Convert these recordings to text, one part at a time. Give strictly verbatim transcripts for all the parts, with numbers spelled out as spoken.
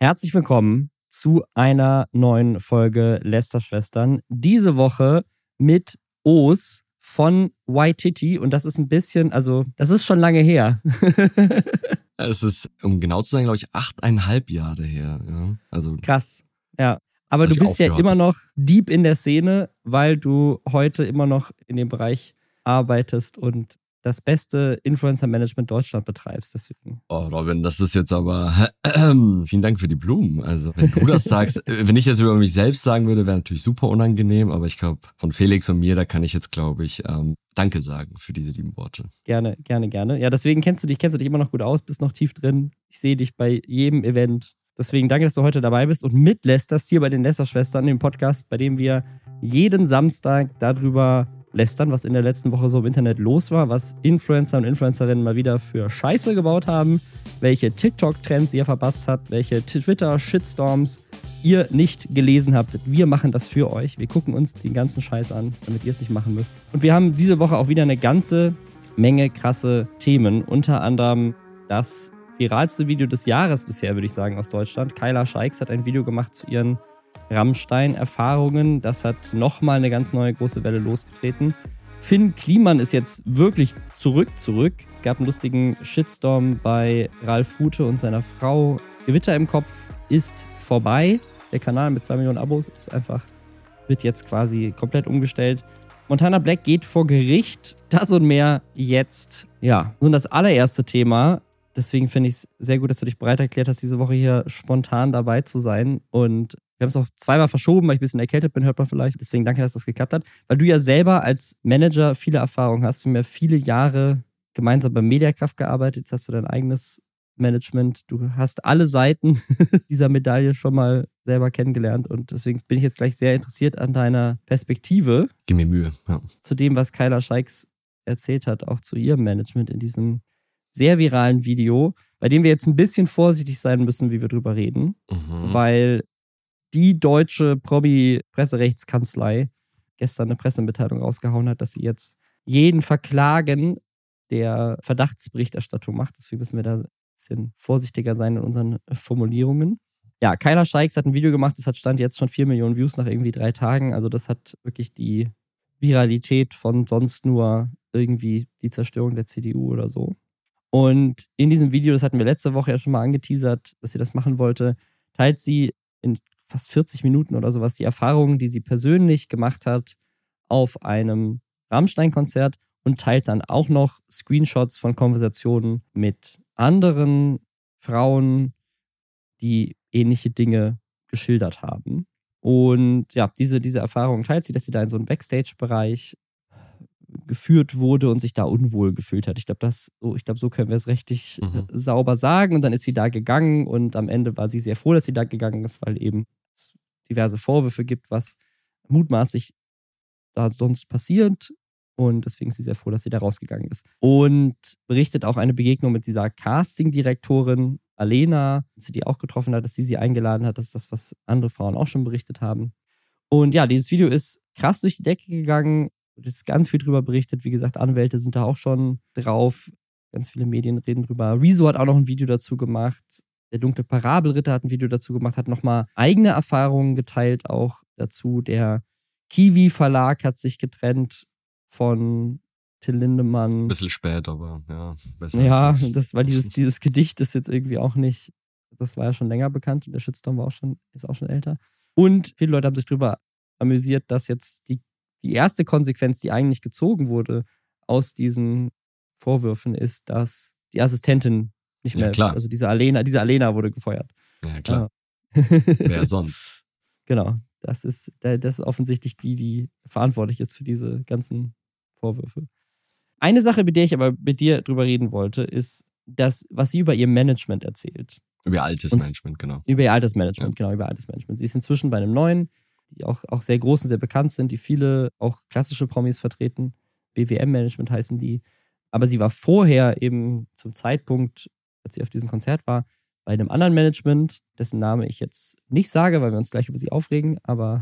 Herzlich willkommen zu einer neuen Folge Lästerschwestern. Diese Woche mit Os von Waititi und das ist ein bisschen, also das ist schon lange her. Es ist, um genau zu sein, glaube ich, achteinhalb Jahre her. Ja? Also, krass, ja. Aber du bist ja immer noch deep in der Szene, weil du heute immer noch in dem Bereich arbeitest und das beste Influencer-Management Deutschland betreibst. Deswegen. Oh, Robin, das ist jetzt aber... Äh, vielen Dank für die Blumen. Also, wenn du das sagst, wenn ich jetzt über mich selbst sagen würde, wäre natürlich super unangenehm, aber ich glaube, von Felix und mir, da kann ich jetzt, glaube ich, ähm, Danke sagen für diese lieben Worte. Gerne, gerne, gerne. Ja, deswegen kennst du dich, kennst du dich immer noch gut aus, bist noch tief drin. Ich sehe dich bei jedem Event. Deswegen danke, dass du heute dabei bist und mitlästerst hier bei den Lästerschwestern, dem Podcast, bei dem wir jeden Samstag darüber lästern, was in der letzten Woche so im Internet los war, was Influencer und Influencerinnen mal wieder für Scheiße gebaut haben, welche TikTok-Trends ihr verpasst habt, welche Twitter-Shitstorms ihr nicht gelesen habt. Wir machen das für euch. Wir gucken uns den ganzen Scheiß an, damit ihr es nicht machen müsst. Und wir haben diese Woche auch wieder eine ganze Menge krasse Themen. Unter anderem das viralste Video des Jahres bisher, würde ich sagen, aus Deutschland. Kyla Scheiks hat ein Video gemacht zu ihren Rammstein-Erfahrungen. Das hat nochmal eine ganz neue große Welle losgetreten. Finn Kliman ist jetzt wirklich zurück, zurück. Es gab einen lustigen Shitstorm bei Ralf Rute und seiner Frau. Gewitter im Kopf ist vorbei. Der Kanal mit zwei Millionen Abos ist einfach, wird jetzt quasi komplett umgestellt. Montana Black geht vor Gericht. Das und mehr jetzt. Ja, so das allererste Thema. Deswegen finde ich es sehr gut, dass du dich bereit erklärt hast, diese Woche hier spontan dabei zu sein. Und wir haben es auch zweimal verschoben, weil ich ein bisschen erkältet bin, hört man vielleicht. Deswegen danke, dass das geklappt hat. Weil du ja selber als Manager viele Erfahrungen hast. Wir haben ja viele Jahre gemeinsam bei Mediakraft gearbeitet. Jetzt hast du dein eigenes Management. Du hast alle Seiten dieser Medaille schon mal selber kennengelernt. Und deswegen bin ich jetzt gleich sehr interessiert an deiner Perspektive. Gib mir Mühe. Ja. Zu dem, was Kyla Scheiks erzählt hat, auch zu ihrem Management in diesem sehr viralen Video, bei dem wir jetzt ein bisschen vorsichtig sein müssen, wie wir drüber reden. Mhm. Weil die deutsche Promi-Presserechtskanzlei gestern eine Pressemitteilung rausgehauen hat, dass sie jetzt jeden verklagen, der Verdachtsberichterstattung macht. Deswegen müssen wir da ein bisschen vorsichtiger sein in unseren Formulierungen. Ja, Kyla Scheiks hat ein Video gemacht, das hat Stand jetzt schon vier Millionen Views nach irgendwie drei Tagen. Also das hat wirklich die Viralität von sonst nur irgendwie die Zerstörung der C D U oder so. Und in diesem Video, das hatten wir letzte Woche ja schon mal angeteasert, dass sie das machen wollte, teilt sie in fast vierzig Minuten oder sowas die Erfahrungen, die sie persönlich gemacht hat auf einem Rammstein-Konzert und teilt dann auch noch Screenshots von Konversationen mit anderen Frauen, die ähnliche Dinge geschildert haben. Und ja, diese, diese Erfahrungen teilt sie, dass sie da in so einem Backstage-Bereich geführt wurde und sich da unwohl gefühlt hat. Ich glaube, das, so, ich glaube, so können wir es richtig mhm. sauber sagen. Und dann ist sie da gegangen und am Ende war sie sehr froh, dass sie da gegangen ist, weil eben es diverse Vorwürfe gibt, was mutmaßlich da sonst passiert. Und deswegen ist sie sehr froh, dass sie da rausgegangen ist. Und berichtet auch eine Begegnung mit dieser Casting-Direktorin Alena, dass sie die auch getroffen hat, dass sie sie eingeladen hat. Das ist das, was andere Frauen auch schon berichtet haben. Und ja, dieses Video ist krass durch die Decke gegangen. Es ist ganz viel drüber berichtet. Wie gesagt, Anwälte sind da auch schon drauf. Ganz viele Medien reden drüber. Rezo hat auch noch ein Video dazu gemacht. Der dunkle Parabelritter hat ein Video dazu gemacht, hat nochmal eigene Erfahrungen geteilt auch dazu. Der Kiwi-Verlag hat sich getrennt von Till Lindemann. Ein bisschen spät, aber ja, besser. Ja, das war dieses, dieses Gedicht ist jetzt irgendwie auch nicht, das war ja schon länger bekannt und der Shitstorm war auch schon, ist auch schon älter. Und viele Leute haben sich darüber amüsiert, dass jetzt die, die erste Konsequenz, die eigentlich gezogen wurde aus diesen Vorwürfen, ist, dass die Assistentin nicht mehr, ja, klar. also diese Alena, diese Alena wurde gefeuert. Ja, klar. Ja. Wer sonst? Genau. Das ist, das ist offensichtlich die, die verantwortlich ist für diese ganzen Vorwürfe. Eine Sache, mit der ich aber mit dir drüber reden wollte, ist das, was sie über ihr Management erzählt. Über ihr altes Und Management, genau. Über ihr altes Management, ja. genau, über ihr altes Management. Sie ist inzwischen bei einem neuen, die auch, auch sehr groß und sehr bekannt sind, die viele auch klassische Promis vertreten. B W M-Management heißen die. Aber sie war vorher eben zum Zeitpunkt, als sie auf diesem Konzert war, bei einem anderen Management, dessen Name ich jetzt nicht sage, weil wir uns gleich über sie aufregen, aber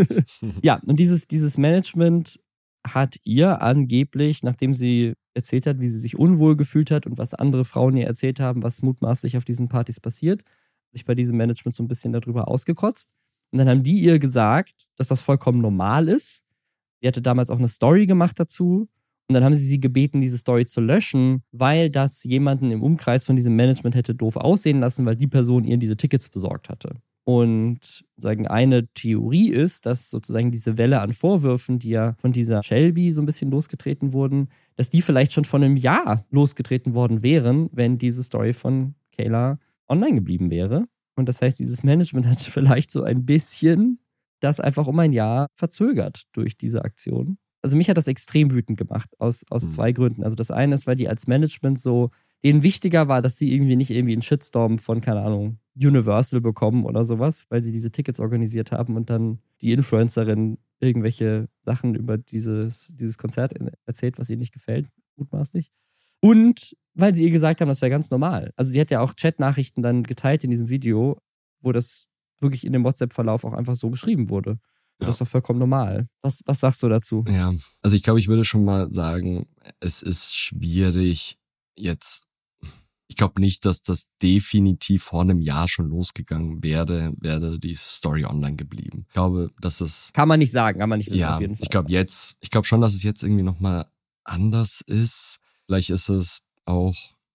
ja, und dieses, dieses Management hat ihr angeblich, nachdem sie erzählt hat, wie sie sich unwohl gefühlt hat und was andere Frauen ihr erzählt haben, was mutmaßlich auf diesen Partys passiert, sich bei diesem Management so ein bisschen darüber ausgekotzt. Und dann haben die ihr gesagt, dass das vollkommen normal ist. Sie hatte damals auch eine Story gemacht dazu. Und dann haben sie sie gebeten, diese Story zu löschen, weil das jemanden im Umkreis von diesem Management hätte doof aussehen lassen, weil die Person ihr diese Tickets besorgt hatte. Und sagen, eine Theorie ist, dass sozusagen diese Welle an Vorwürfen, die ja von dieser Shelby so ein bisschen losgetreten wurden, dass die vielleicht schon vor einem Jahr losgetreten worden wären, wenn diese Story von Kayla online geblieben wäre. Und das heißt, dieses Management hat vielleicht so ein bisschen das einfach um ein Jahr verzögert durch diese Aktion. Also mich hat das extrem wütend gemacht, aus, aus mhm. zwei Gründen. Also das eine ist, weil die als Management so, denen wichtiger war, dass sie irgendwie nicht irgendwie einen Shitstorm von, keine Ahnung, Universal bekommen oder sowas, weil sie diese Tickets organisiert haben und dann die Influencerin irgendwelche Sachen über dieses, dieses Konzert erzählt, was ihr nicht gefällt, mutmaßlich. Und weil sie ihr gesagt haben, das wäre ganz normal. Also sie hat ja auch Chatnachrichten dann geteilt in diesem Video, wo das wirklich in dem WhatsApp-Verlauf auch einfach so beschrieben wurde. Ja. Das ist doch vollkommen normal. Was, was sagst du dazu? Ja, also ich glaube, ich würde schon mal sagen, es ist schwierig jetzt. Ich glaube nicht, dass das definitiv vor einem Jahr schon losgegangen wäre, wäre die Story online geblieben. Ich glaube, dass es... Kann man nicht sagen, kann man nicht wissen, ja, auf jeden Fall. Ich glaube jetzt, ich glaube schon, dass es jetzt irgendwie nochmal anders ist. Vielleicht ist es auch,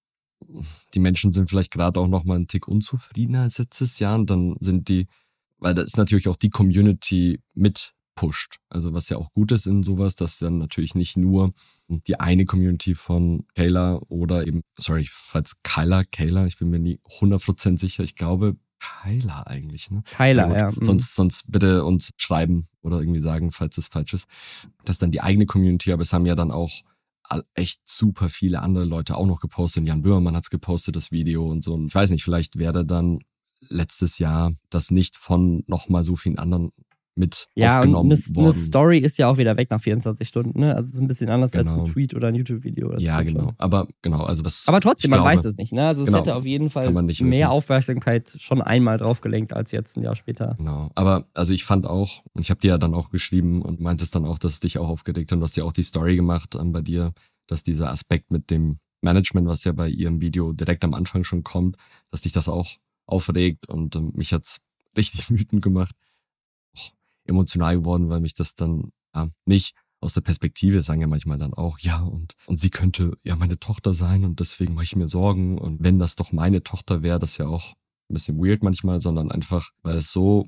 die Menschen sind vielleicht gerade auch nochmal einen Tick unzufriedener als letztes Jahr und dann sind die, weil da ist natürlich auch die Community mit pusht. Also was ja auch gut ist in sowas, dass dann natürlich nicht nur die eine Community von Kayla oder eben, sorry, falls Kyla, Kayla, ich bin mir nie hundert Prozent sicher, ich glaube Kyla eigentlich, ne? Kyla, ja. ja. Sonst, sonst bitte uns schreiben oder irgendwie sagen, falls es falsch ist. Das ist dann die eigene Community, aber es haben ja dann auch echt super viele andere Leute auch noch gepostet. Jan Böhmermann hat es gepostet, das Video und so. Und ich weiß nicht, vielleicht wäre dann letztes Jahr das nicht von nochmal so vielen anderen mit ja, aufgenommen und eine, worden. Eine Story ist ja auch wieder weg nach vierundzwanzig Stunden, ne? Also es ist ein bisschen anders genau. als ein Tweet oder ein YouTube-Video. Ja, genau. Schon. Aber genau, also das. Aber trotzdem, man glaube, weiß es nicht, ne? Also es genau, hätte auf jeden Fall mehr wissen. Aufmerksamkeit schon einmal drauf gelenkt als jetzt ein Jahr später. Genau. Aber also ich fand auch, und ich habe dir ja dann auch geschrieben und meintest dann auch, dass es dich auch aufgeregt hat und du hast ja auch die Story gemacht ähm, bei dir, dass dieser Aspekt mit dem Management, was ja bei ihrem Video direkt am Anfang schon kommt, dass dich das auch aufregt und ähm, mich hat's richtig wütend gemacht. Emotional geworden, weil mich das dann ja, nicht aus der Perspektive, sagen ja manchmal dann auch, ja, und, und sie könnte ja meine Tochter sein und deswegen mache ich mir Sorgen. Und wenn das doch meine Tochter wäre, das ist ja auch ein bisschen weird manchmal, sondern einfach, weil es so,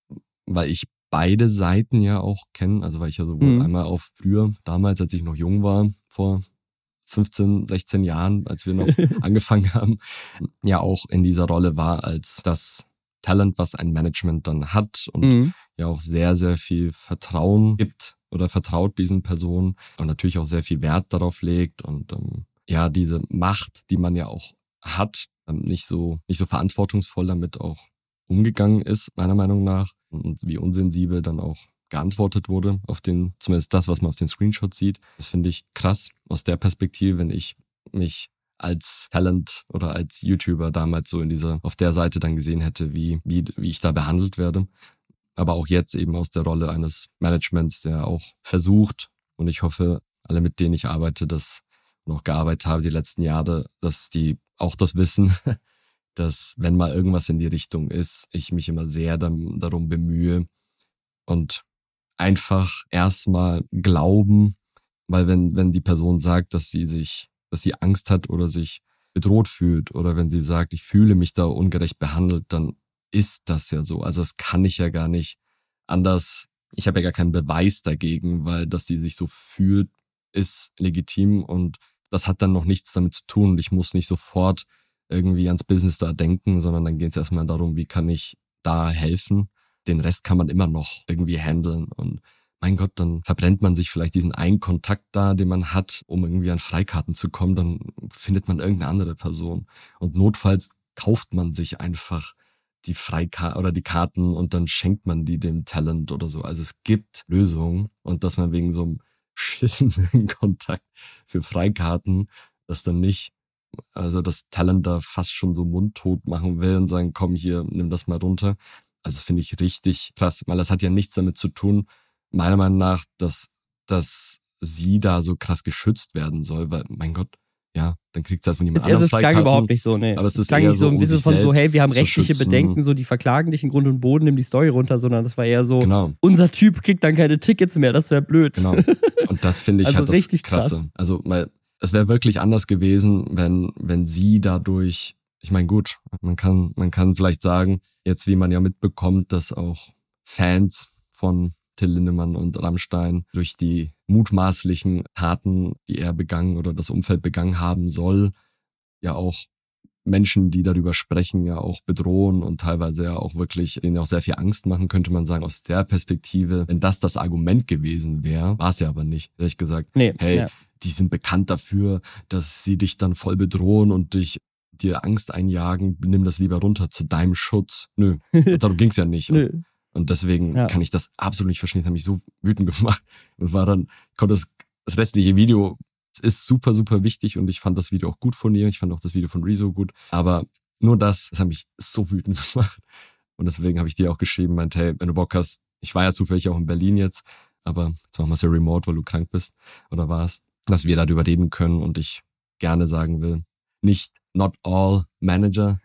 weil ich beide Seiten ja auch kenne, also weil ich ja sowohl mhm. einmal auf früher, damals, als ich noch jung war, vor fünfzehn, sechzehn Jahren, als wir noch angefangen haben, ja auch in dieser Rolle war als das Talent, was ein Management dann hat und mhm. ja auch sehr, sehr viel Vertrauen gibt oder vertraut diesen Personen und natürlich auch sehr viel Wert darauf legt und ähm, ja, diese Macht, die man ja auch hat, ähm, nicht so nicht so verantwortungsvoll damit auch umgegangen ist, meiner Meinung nach, und wie unsensibel dann auch geantwortet wurde auf den, zumindest das, was man auf den Screenshots sieht. Das finde ich krass aus der Perspektive, wenn ich mich als Talent oder als YouTuber damals so in dieser, auf der Seite dann gesehen hätte, wie, wie, wie ich da behandelt werde. Aber auch jetzt eben aus der Rolle eines Managements, der auch versucht, und ich hoffe, alle, mit denen ich arbeite, das noch gearbeitet habe die letzten Jahre, dass die auch das wissen, dass wenn mal irgendwas in die Richtung ist, ich mich immer sehr dann, darum bemühe und einfach erstmal glauben, weil wenn, wenn die Person sagt, dass sie sich dass sie Angst hat oder sich bedroht fühlt oder wenn sie sagt, ich fühle mich da ungerecht behandelt, dann ist das ja so. Also das kann ich ja gar nicht anders. Ich habe ja gar keinen Beweis dagegen, weil dass sie sich so fühlt, ist legitim und das hat dann noch nichts damit zu tun und ich muss nicht sofort irgendwie ans Business da denken, sondern dann geht es erstmal darum, wie kann ich da helfen. Den Rest kann man immer noch irgendwie handeln und mein Gott, dann verbrennt man sich vielleicht diesen einen Kontakt da, den man hat, um irgendwie an Freikarten zu kommen, dann findet man irgendeine andere Person. Und notfalls kauft man sich einfach die Freikarten oder die Karten und dann schenkt man die dem Talent oder so. Also es gibt Lösungen und dass man wegen so einem schissenden Kontakt für Freikarten das dann nicht, also das Talent da fast schon so mundtot machen will und sagen, komm hier, nimm das mal runter. Also finde ich richtig krass, weil das hat ja nichts damit zu tun, meiner Meinung nach, dass, dass sie da so krass geschützt werden soll, weil, mein Gott, ja, dann kriegt es halt von jemand anderem Freikarten. Es klang überhaupt nicht so, nee. Aber es, es ist klang eher nicht so im Sinne von so, hey, wir haben rechtliche schützen. Bedenken, so, die verklagen dich in Grund und Boden, nimm die Story runter, sondern das war eher so, genau. unser Typ kriegt dann keine Tickets mehr, das wäre blöd. Genau. Und das finde ich also halt das richtig Krasse. Krass. Also, weil es wäre wirklich anders gewesen, wenn, wenn sie dadurch, ich meine, gut, man kann, man kann vielleicht sagen, jetzt wie man ja mitbekommt, dass auch Fans von Till Lindemann und Rammstein durch die mutmaßlichen Taten, die er begangen oder das Umfeld begangen haben soll, ja auch Menschen, die darüber sprechen, ja auch bedrohen und teilweise ja auch wirklich denen auch sehr viel Angst machen, könnte man sagen, aus der Perspektive. Wenn das das Argument gewesen wäre, war es ja aber nicht. Ehrlich gesagt, nee, hey, ja. die sind bekannt dafür, dass sie dich dann voll bedrohen und dich dir Angst einjagen, nimm das lieber runter zu deinem Schutz. Nö, darum ging's ja nicht. Nö. Und deswegen ja. kann ich das absolut nicht verstehen. Das hat mich so wütend gemacht. Und war dann, konnte das, das restliche Video, es ist super, super wichtig und ich fand das Video auch gut von ihr. Ich fand auch das Video von Rezo gut. Aber nur das, das hat mich so wütend gemacht. Und deswegen habe ich dir auch geschrieben, meinte, hey, wenn du Bock hast, ich war ja zufällig auch in Berlin jetzt, aber jetzt machen wir es ja remote, weil du krank bist oder warst, dass wir darüber reden können und ich gerne sagen will, nicht not all Manager,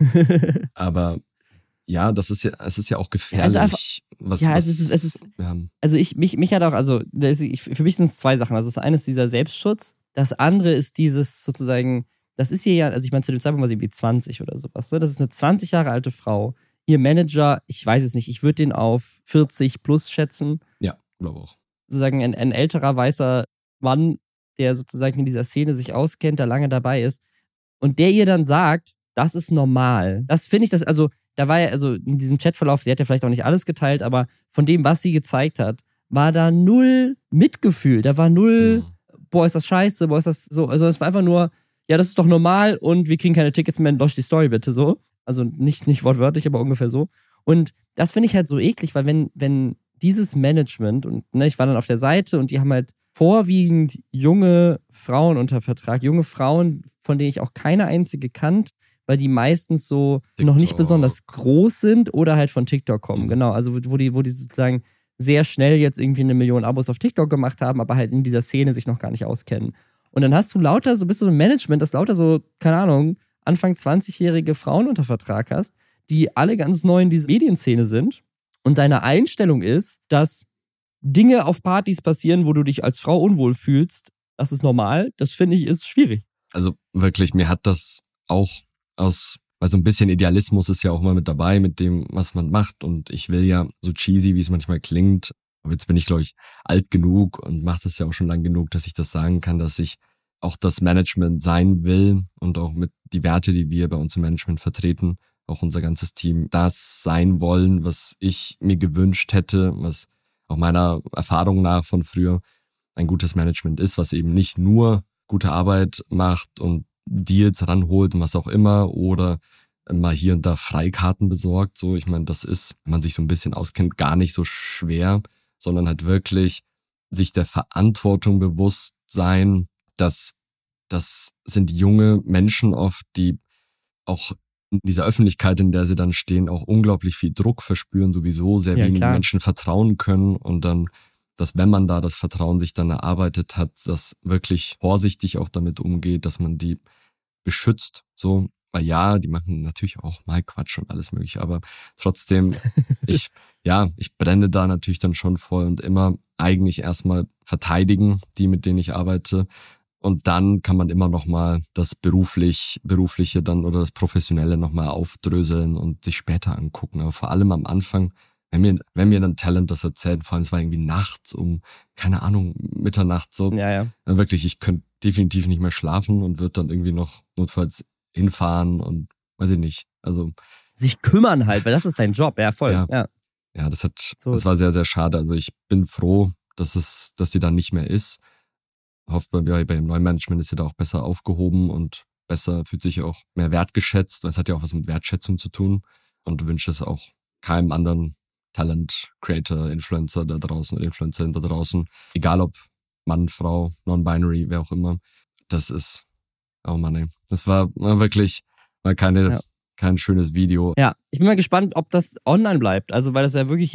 aber ja, das ist ja, es ist ja auch gefährlich. Also einfach, was, ja, was es ist, es ist, wir haben. Also ich, mich, mich hat auch, also ich, für mich sind es zwei Sachen. Also das eine ist dieser Selbstschutz, das andere ist dieses sozusagen, das ist hier ja, also ich meine, zu dem Zeitpunkt war sie irgendwie zwanzig oder sowas. Ne? Das ist eine zwanzig Jahre alte Frau. Ihr Manager, ich weiß es nicht, ich würde den auf vierzig plus schätzen. Ja, glaube auch. Sozusagen ein, ein älterer, weißer Mann, der sozusagen in dieser Szene sich auskennt, der lange dabei ist. Und der ihr dann sagt, das ist normal. Das finde ich, das, also da war ja, also in diesem Chatverlauf, sie hat ja vielleicht auch nicht alles geteilt, aber von dem, was sie gezeigt hat, war da null Mitgefühl. Da war null, mhm. boah, ist das scheiße, boah, ist das so. Also es war einfach nur, ja, das ist doch normal und wir kriegen keine Tickets mehr, lösch die Story bitte so. Also nicht, nicht wortwörtlich, aber ungefähr so. Und das finde ich halt so eklig, weil wenn, wenn dieses Management, und ne, ich war dann auf der Seite und die haben halt vorwiegend junge Frauen unter Vertrag, junge Frauen, von denen ich auch keine einzige kannt, weil die meistens so TikTok. Noch nicht besonders groß sind oder halt von TikTok kommen. Mhm. Genau, also wo die, wo die sozusagen sehr schnell jetzt irgendwie eine Million Abos auf TikTok gemacht haben, aber halt in dieser Szene sich noch gar nicht auskennen. Und dann hast du lauter, so bist du so ein Management, das lauter so, keine Ahnung, Anfang zwanzigjährige Frauen unter Vertrag hast, die alle ganz neu in dieser Medienszene sind. Und deine Einstellung ist, dass Dinge auf Partys passieren, wo du dich als Frau unwohl fühlst, das ist normal. Das finde ich ist schwierig. Also wirklich, mir hat das auch aus, weil so ein bisschen Idealismus ist ja auch mal mit dabei, mit dem, was man macht. Und ich will ja, so cheesy, wie es manchmal klingt, aber jetzt bin ich, glaube ich, alt genug und mache das ja auch schon lang genug, dass ich das sagen kann, dass ich auch das Management sein will und auch mit die Werte, die wir bei uns im Management vertreten, auch unser ganzes Team, das sein wollen, was ich mir gewünscht hätte, was auch meiner Erfahrung nach von früher ein gutes Management ist, was eben nicht nur gute Arbeit macht und Deals ranholt und was auch immer oder mal hier und da Freikarten besorgt. So, ich meine, das ist, wenn man sich so ein bisschen auskennt, gar nicht so schwer, sondern halt wirklich sich der Verantwortung bewusst sein, dass das sind junge Menschen oft, die auch in dieser Öffentlichkeit, in der sie dann stehen, auch unglaublich viel Druck verspüren, sowieso sehr ja, wenigen Menschen vertrauen können und dann, dass wenn man da das Vertrauen sich dann erarbeitet hat, dass wirklich vorsichtig auch damit umgeht, dass man die beschützt, so, weil ja, die machen natürlich auch mal Quatsch und alles mögliche, aber trotzdem, ich, ja, ich brenne da natürlich dann schon voll und immer eigentlich erstmal verteidigen, die, mit denen ich arbeite. Und dann kann man immer noch mal das beruflich, berufliche dann oder das Professionelle noch mal aufdröseln und sich später angucken. Aber vor allem am Anfang, wenn mir, wenn mir dann Talent das erzählt, vor allem es war irgendwie nachts um, keine Ahnung, Mitternacht so. Ja, ja. Dann wirklich, ich könnte definitiv nicht mehr schlafen und würde dann irgendwie noch notfalls hinfahren und weiß ich nicht. Also sich kümmern halt, weil das ist dein Job, ja voll. Ja, ja. ja das hat, so. das war sehr, sehr schade. Also ich bin froh, dass es, dass sie dann nicht mehr ist. Hofft bei, bei dem neuen Management ist sie da auch besser aufgehoben und besser, fühlt sich auch mehr wertgeschätzt. Es hat ja auch was mit Wertschätzung zu tun und wünsche es auch keinem anderen Talent, Creator, Influencer da draußen oder Influencerin da draußen, egal ob Mann, Frau, Non-Binary, wer auch immer. Das ist, oh Mann, ey. Das war, war wirklich war keine, ja. kein schönes Video. Ja, ich bin mal gespannt, ob das online bleibt. Also, weil das ja wirklich jetzt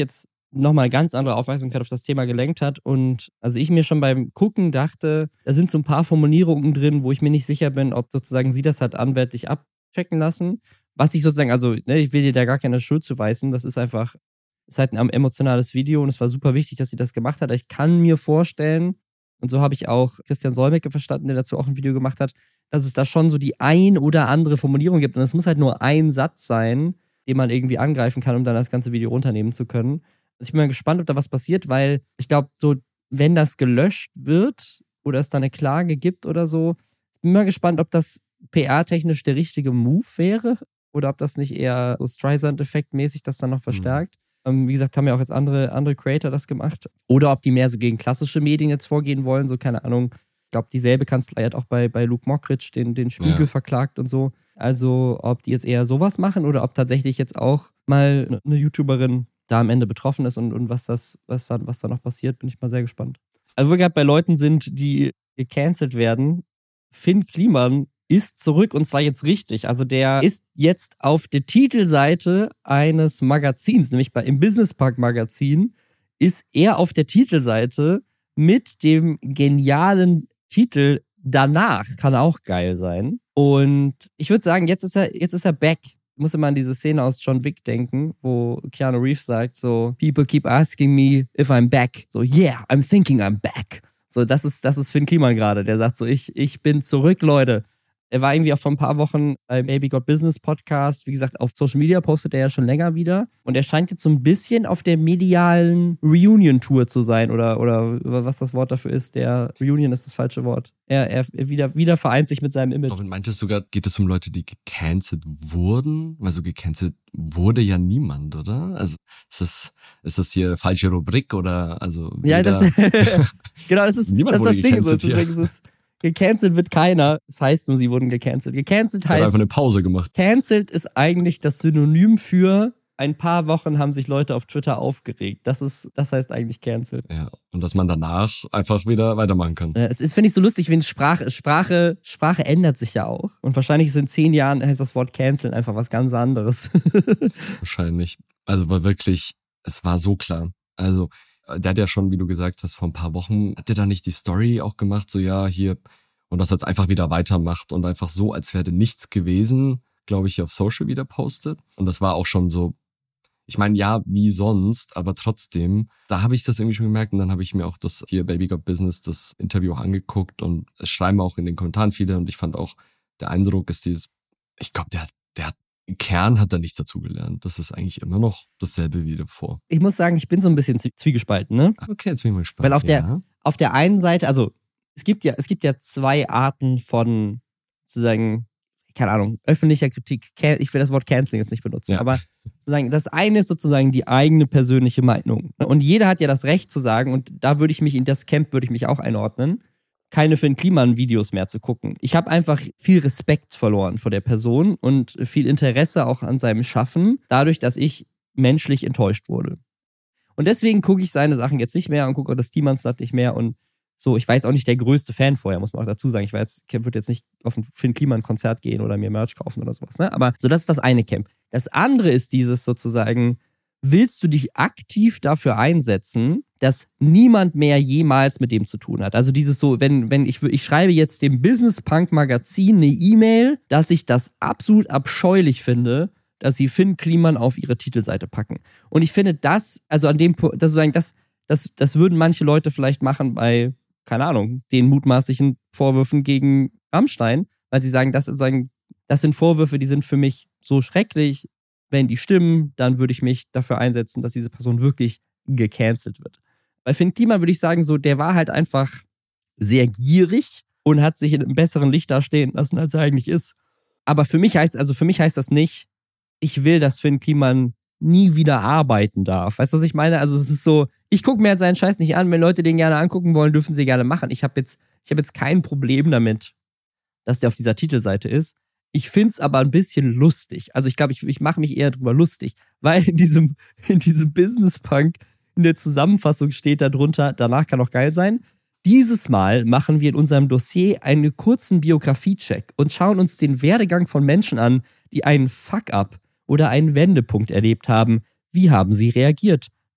nochmal ganz andere Aufmerksamkeit auf das Thema gelenkt hat. Und also ich mir schon beim Gucken dachte, da sind so ein paar Formulierungen drin, wo ich mir nicht sicher bin, ob sozusagen sie das hat anwältlich abchecken lassen. Was ich sozusagen, also ne, ich will dir da gar keine Schuld zuweisen, das ist einfach, ist halt ein emotionales Video und es war super wichtig, dass sie das gemacht hat. Ich kann mir vorstellen, und so habe ich auch Christian Solmecke verstanden, der dazu auch ein Video gemacht hat, dass es da schon so die ein oder andere Formulierung gibt. Und es muss halt nur ein Satz sein, den man irgendwie angreifen kann, um dann das ganze Video runternehmen zu können. Also ich bin mal gespannt, ob da was passiert, weil ich glaube, so, wenn das gelöscht wird oder es da eine Klage gibt oder so, ich bin mal gespannt, ob das P R-technisch der richtige Move wäre oder ob das nicht eher so Streisand-Effekt-mäßig das dann noch verstärkt. Mhm. Ähm, wie gesagt, haben ja auch jetzt andere, andere Creator das gemacht. Oder ob die mehr so gegen klassische Medien jetzt vorgehen wollen, so keine Ahnung. Ich glaube, dieselbe Kanzlei hat auch bei, bei Luke Mockridge den, den Spiegel ja. verklagt und so. Also ob die jetzt eher sowas machen oder ob tatsächlich jetzt auch mal eine YouTuberin da am Ende betroffen ist und, und was, das, was, da, was da noch passiert, bin ich mal sehr gespannt. Also wo wir gerade bei Leuten sind, die gecancelt werden, Finn Kliman ist zurück und zwar jetzt richtig. Also der ist jetzt auf der Titelseite eines Magazins, nämlich bei, im Business Park Magazin, ist er auf der Titelseite mit dem genialen Titel Danach. Kann auch geil sein. Und ich würde sagen, jetzt ist er, jetzt ist er back. Ich muss immer an diese Szene aus John Wick denken, wo Keanu Reeves sagt so, People keep asking me if I'm back. So, yeah, I'm thinking I'm back. So, das ist, das ist Finn Kliman gerade. Der sagt so, ich, ich bin zurück, Leute. Er war irgendwie auch vor ein paar Wochen beim Baby Got Business Podcast. Wie gesagt, auf Social Media postet er ja schon länger wieder. Und er scheint jetzt so ein bisschen auf der medialen Reunion-Tour zu sein. Oder, oder was das Wort dafür ist. Der Reunion ist das falsche Wort. Er, er wieder, wieder vereint sich mit seinem Image. Robin, meintest du gerade, geht es um Leute, die gecancelt wurden? Weil so gecancelt wurde ja niemand, oder? Also ist das, ist das hier falsche Rubrik oder also ja, das genau, das ist, niemand das, wurde ist das Ding. So, gecancelt deswegen ist es gecancelt wird keiner. Das heißt nur, sie wurden gecancelt. Gecancelt ich heißt. einfach eine Pause gemacht. Cancelt ist eigentlich das Synonym für ein paar Wochen haben sich Leute auf Twitter aufgeregt. Das ist, das heißt eigentlich cancelled. Ja. Und dass man danach einfach wieder weitermachen kann. Es ist, finde ich, so lustig, wenn Sprache, Sprache, Sprache ändert sich ja auch. Und wahrscheinlich ist in zehn Jahren heißt das Wort canceln einfach was ganz anderes. Wahrscheinlich. Also war wirklich, es war so klar. Also der hat ja schon, wie du gesagt hast, vor ein paar Wochen, hat der da nicht die Story auch gemacht, so ja, hier, und das jetzt einfach wieder weitermacht und einfach so, als wäre nichts gewesen, glaube ich, auf Social wieder postet. Und das war auch schon so, ich meine, ja, wie sonst, aber trotzdem, da habe ich das irgendwie schon gemerkt und dann habe ich mir auch das hier Baby Got Business, das Interview auch angeguckt und es schreiben auch in den Kommentaren viele und ich fand auch, der Eindruck ist dieses, ich glaube, der, der hat im Kern hat er nichts dazugelernt. Das ist eigentlich immer noch dasselbe wie davor. Ich muss sagen, ich bin so ein bisschen zwiegespalten, ne? Okay, jetzt bin ich mal gespannt. Weil auf der, ja. auf der einen Seite, also es gibt ja, es gibt ja zwei Arten von sozusagen, keine Ahnung, öffentlicher Kritik. Ich will das Wort Canceling jetzt nicht benutzen, ja. aber sozusagen, das eine ist sozusagen die eigene persönliche Meinung. Und jeder hat ja das Recht zu sagen, und da würde ich mich in das Camp würde ich mich auch einordnen, keine Finn Kliman-Videos mehr zu gucken. Ich habe einfach viel Respekt verloren vor der Person und viel Interesse auch an seinem Schaffen, dadurch, dass ich menschlich enttäuscht wurde. Und deswegen gucke ich seine Sachen jetzt nicht mehr und gucke auch das Tiemansland nicht mehr und so. Ich war jetzt auch nicht der größte Fan vorher, muss man auch dazu sagen. Ich war jetzt, würde jetzt nicht auf ein Finn Kliman-Konzert gehen oder mir Merch kaufen oder sowas, ne? Aber so, das ist das eine Camp. Das andere ist dieses sozusagen, willst du dich aktiv dafür einsetzen, dass niemand mehr jemals mit dem zu tun hat? Also dieses so, wenn, wenn ich, ich schreibe jetzt dem Business Punk Magazin eine E-Mail, dass ich das absolut abscheulich finde, dass sie Finn Kliman auf ihre Titelseite packen. Und ich finde das, also an dem Punkt, das, das, das, das würden manche Leute vielleicht machen bei, keine Ahnung, den mutmaßlichen Vorwürfen gegen Rammstein, weil sie sagen, das, sagen, das sind Vorwürfe, die sind für mich so schrecklich. Wenn die stimmen, dann würde ich mich dafür einsetzen, dass diese Person wirklich gecancelt wird. Bei Finn Kliman würde ich sagen, so, der war halt einfach sehr gierig und hat sich in einem besseren Licht dastehen lassen, als er eigentlich ist. Aber für mich heißt, also für mich heißt das nicht, ich will, dass Finn Kliman nie wieder arbeiten darf. Weißt du, was ich meine? Also es ist so, ich gucke mir jetzt seinen Scheiß nicht an. Wenn Leute den gerne angucken wollen, dürfen sie gerne machen. Ich habe jetzt, ich habe jetzt kein Problem damit, dass der auf dieser Titelseite ist. Ich finde es aber ein bisschen lustig. Also ich glaube, ich, ich mache mich eher drüber lustig, weil in diesem, in diesem Business Punk in der Zusammenfassung steht darunter, danach kann auch geil sein. Dieses Mal machen wir in unserem Dossier einen kurzen Biografie-Check und schauen uns den Werdegang von Menschen an, die einen Fuck-up oder einen Wendepunkt erlebt haben. Wie haben sie reagiert?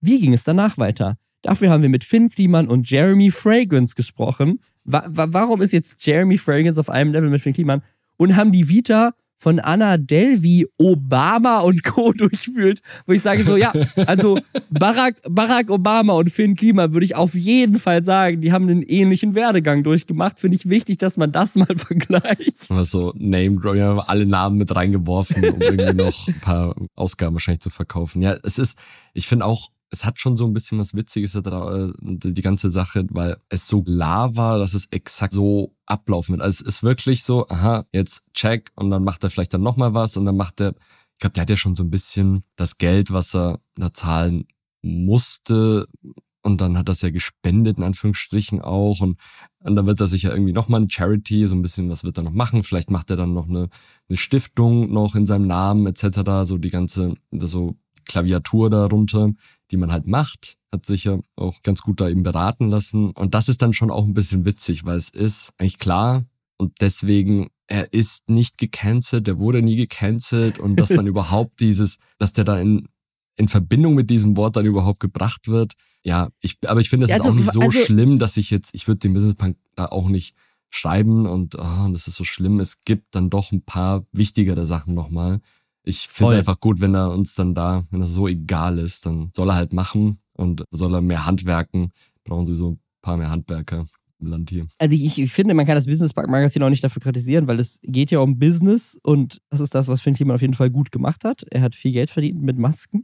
Wie ging es danach weiter? Dafür haben wir mit Finn Kliman und Jeremy Fragrance gesprochen. Wa- wa- warum ist jetzt Jeremy Fragrance auf einem Level mit Finn Kliman? Und haben die Vita von Anna Delvey, Obama und Co. durchwühlt, wo ich sage so, ja, also Barack, Barack Obama und Finn Kliman würde ich auf jeden Fall sagen, die haben einen ähnlichen Werdegang durchgemacht. Finde ich wichtig, dass man das mal vergleicht. So Name, wir haben alle Namen mit reingeworfen, um irgendwie noch ein paar Ausgaben wahrscheinlich zu verkaufen. Ja, es ist, ich finde auch, es hat schon so ein bisschen was Witziges da, die ganze Sache, weil es so klar war, dass es exakt so ablaufen wird. Also es ist wirklich so, aha, jetzt check und dann macht er vielleicht dann nochmal was und dann macht er, ich glaube, der hat ja schon so ein bisschen das Geld, was er da zahlen musste und dann hat das ja gespendet, in Anführungsstrichen auch und, und dann wird er sich ja irgendwie nochmal eine Charity, so ein bisschen, was wird er noch machen? Vielleicht macht er dann noch eine, eine Stiftung noch in seinem Namen et cetera, so die ganze, so Klaviatur darunter, die man halt macht, hat sich ja auch ganz gut da eben beraten lassen. Und das ist dann schon auch ein bisschen witzig, weil es ist eigentlich klar und deswegen, er ist nicht gecancelt, der wurde nie gecancelt und dass dann überhaupt dieses, dass der da in, in Verbindung mit diesem Wort dann überhaupt gebracht wird. Ja, ich, aber ich finde, es Ja, ist also, auch nicht so also, schlimm, dass ich jetzt, ich würde den Businesspunk da auch nicht schreiben und oh, das ist so schlimm. Es gibt dann doch ein paar wichtigere Sachen nochmal. Ich finde einfach gut, wenn er uns dann da, wenn das so egal ist, dann soll er halt machen und soll er mehr handwerken. Brauchen sowieso ein paar mehr Handwerker im Land hier. Also ich, ich finde, man kann das Business-Magazin auch nicht dafür kritisieren, weil es geht ja um Business und das ist das, was Finn Kliman auf jeden Fall gut gemacht hat. Er hat viel Geld verdient mit Masken.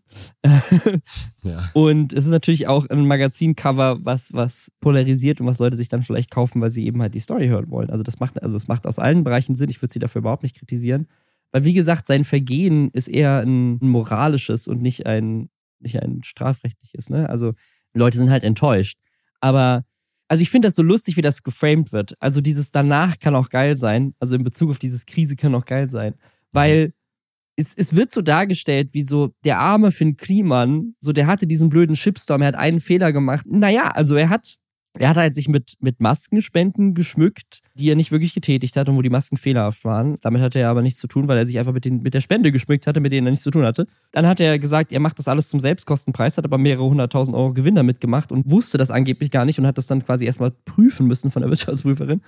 Ja. Und es ist natürlich auch ein Magazincover, was, was polarisiert und was Leute sich dann vielleicht kaufen, weil sie eben halt die Story hören wollen. Also das macht, also es macht aus allen Bereichen Sinn. Ich würde sie dafür überhaupt nicht kritisieren. Weil, wie gesagt, sein Vergehen ist eher ein moralisches und nicht ein, nicht ein strafrechtliches. Ne? Also, Leute sind halt enttäuscht. Aber, also ich finde das so lustig, wie das geframed wird. Also, dieses danach kann auch geil sein. Also, in Bezug auf dieses Krise kann auch geil sein. Weil es, es wird so dargestellt, wie so der arme Finn Kliman, so der hatte diesen blöden Shitstorm, er hat einen Fehler gemacht. Naja, also er hat. Er hat halt sich mit, mit Maskenspenden geschmückt, die er nicht wirklich getätigt hat und wo die Masken fehlerhaft waren. Damit hatte er aber nichts zu tun, weil er sich einfach mit, den, mit der Spende geschmückt hatte, mit denen er nichts zu tun hatte. Dann hat er gesagt, er macht das alles zum Selbstkostenpreis, hat aber mehrere hunderttausend Euro Gewinn damit gemacht und wusste das angeblich gar nicht und hat das dann quasi erstmal prüfen müssen von der Wirtschaftsprüferin.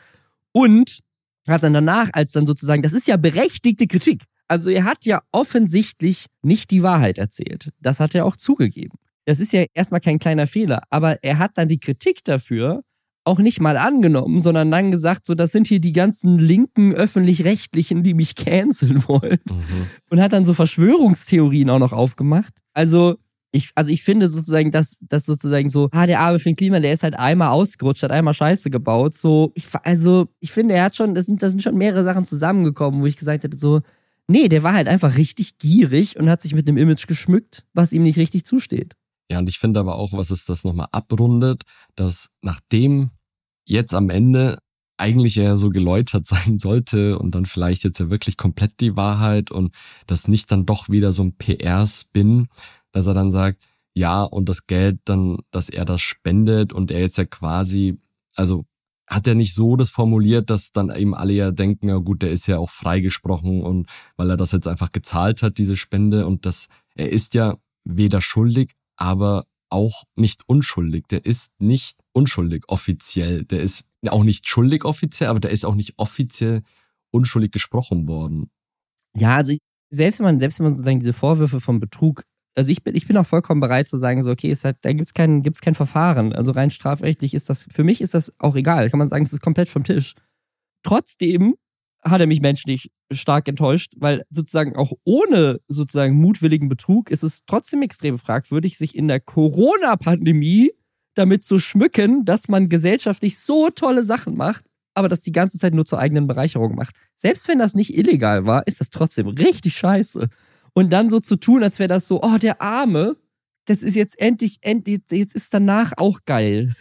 Und hat dann danach, als dann sozusagen, das ist ja berechtigte Kritik. Also er hat ja offensichtlich nicht die Wahrheit erzählt. Das hat er auch zugegeben. Das ist ja erstmal kein kleiner Fehler, aber er hat dann die Kritik dafür auch nicht mal angenommen, sondern dann gesagt, so, das sind hier die ganzen linken Öffentlich-Rechtlichen, die mich canceln wollen. Mhm. Und hat dann so Verschwörungstheorien auch noch aufgemacht. Also ich, also ich finde sozusagen, dass, dass sozusagen so, ah, der arme Finn Kliman, der ist halt einmal ausgerutscht, hat einmal Scheiße gebaut. So, ich, also ich finde, er hat schon, das sind, das sind schon mehrere Sachen zusammengekommen, wo ich gesagt hätte, so, nee, der war halt einfach richtig gierig und hat sich mit einem Image geschmückt, was ihm nicht richtig zusteht. Ja, und ich finde aber auch, was es das nochmal abrundet, dass nachdem jetzt am Ende eigentlich ja so geläutert sein sollte und dann vielleicht jetzt ja wirklich komplett die Wahrheit und das nicht dann doch wieder so ein P R-Spin, dass er dann sagt, ja, und das Geld dann, dass er das spendet und er jetzt ja quasi, also hat er nicht so das formuliert, dass dann eben alle ja denken, ja gut, der ist ja auch freigesprochen und weil er das jetzt einfach gezahlt hat, diese Spende und das, er ist ja weder schuldig, aber auch nicht unschuldig. Der ist nicht unschuldig offiziell. Der ist auch nicht schuldig offiziell, aber der ist auch nicht offiziell unschuldig gesprochen worden. Ja, also selbst wenn man, selbst wenn man sozusagen diese Vorwürfe von Betrug, also ich bin, ich bin auch vollkommen bereit zu sagen, so okay, es hat, da gibt's kein, gibt's kein Verfahren. Also rein strafrechtlich ist das, für mich ist das auch egal. Da kann man sagen, es ist komplett vom Tisch. Trotzdem hat er mich menschlich stark enttäuscht, weil sozusagen auch ohne sozusagen mutwilligen Betrug ist es trotzdem extrem fragwürdig, sich in der Corona-Pandemie damit zu schmücken, dass man gesellschaftlich so tolle Sachen macht, aber das die ganze Zeit nur zur eigenen Bereicherung macht. Selbst wenn das nicht illegal war, ist das trotzdem richtig scheiße. Und dann so zu tun, als wäre das so, oh, der Arme, das ist jetzt endlich, endlich jetzt ist danach auch geil.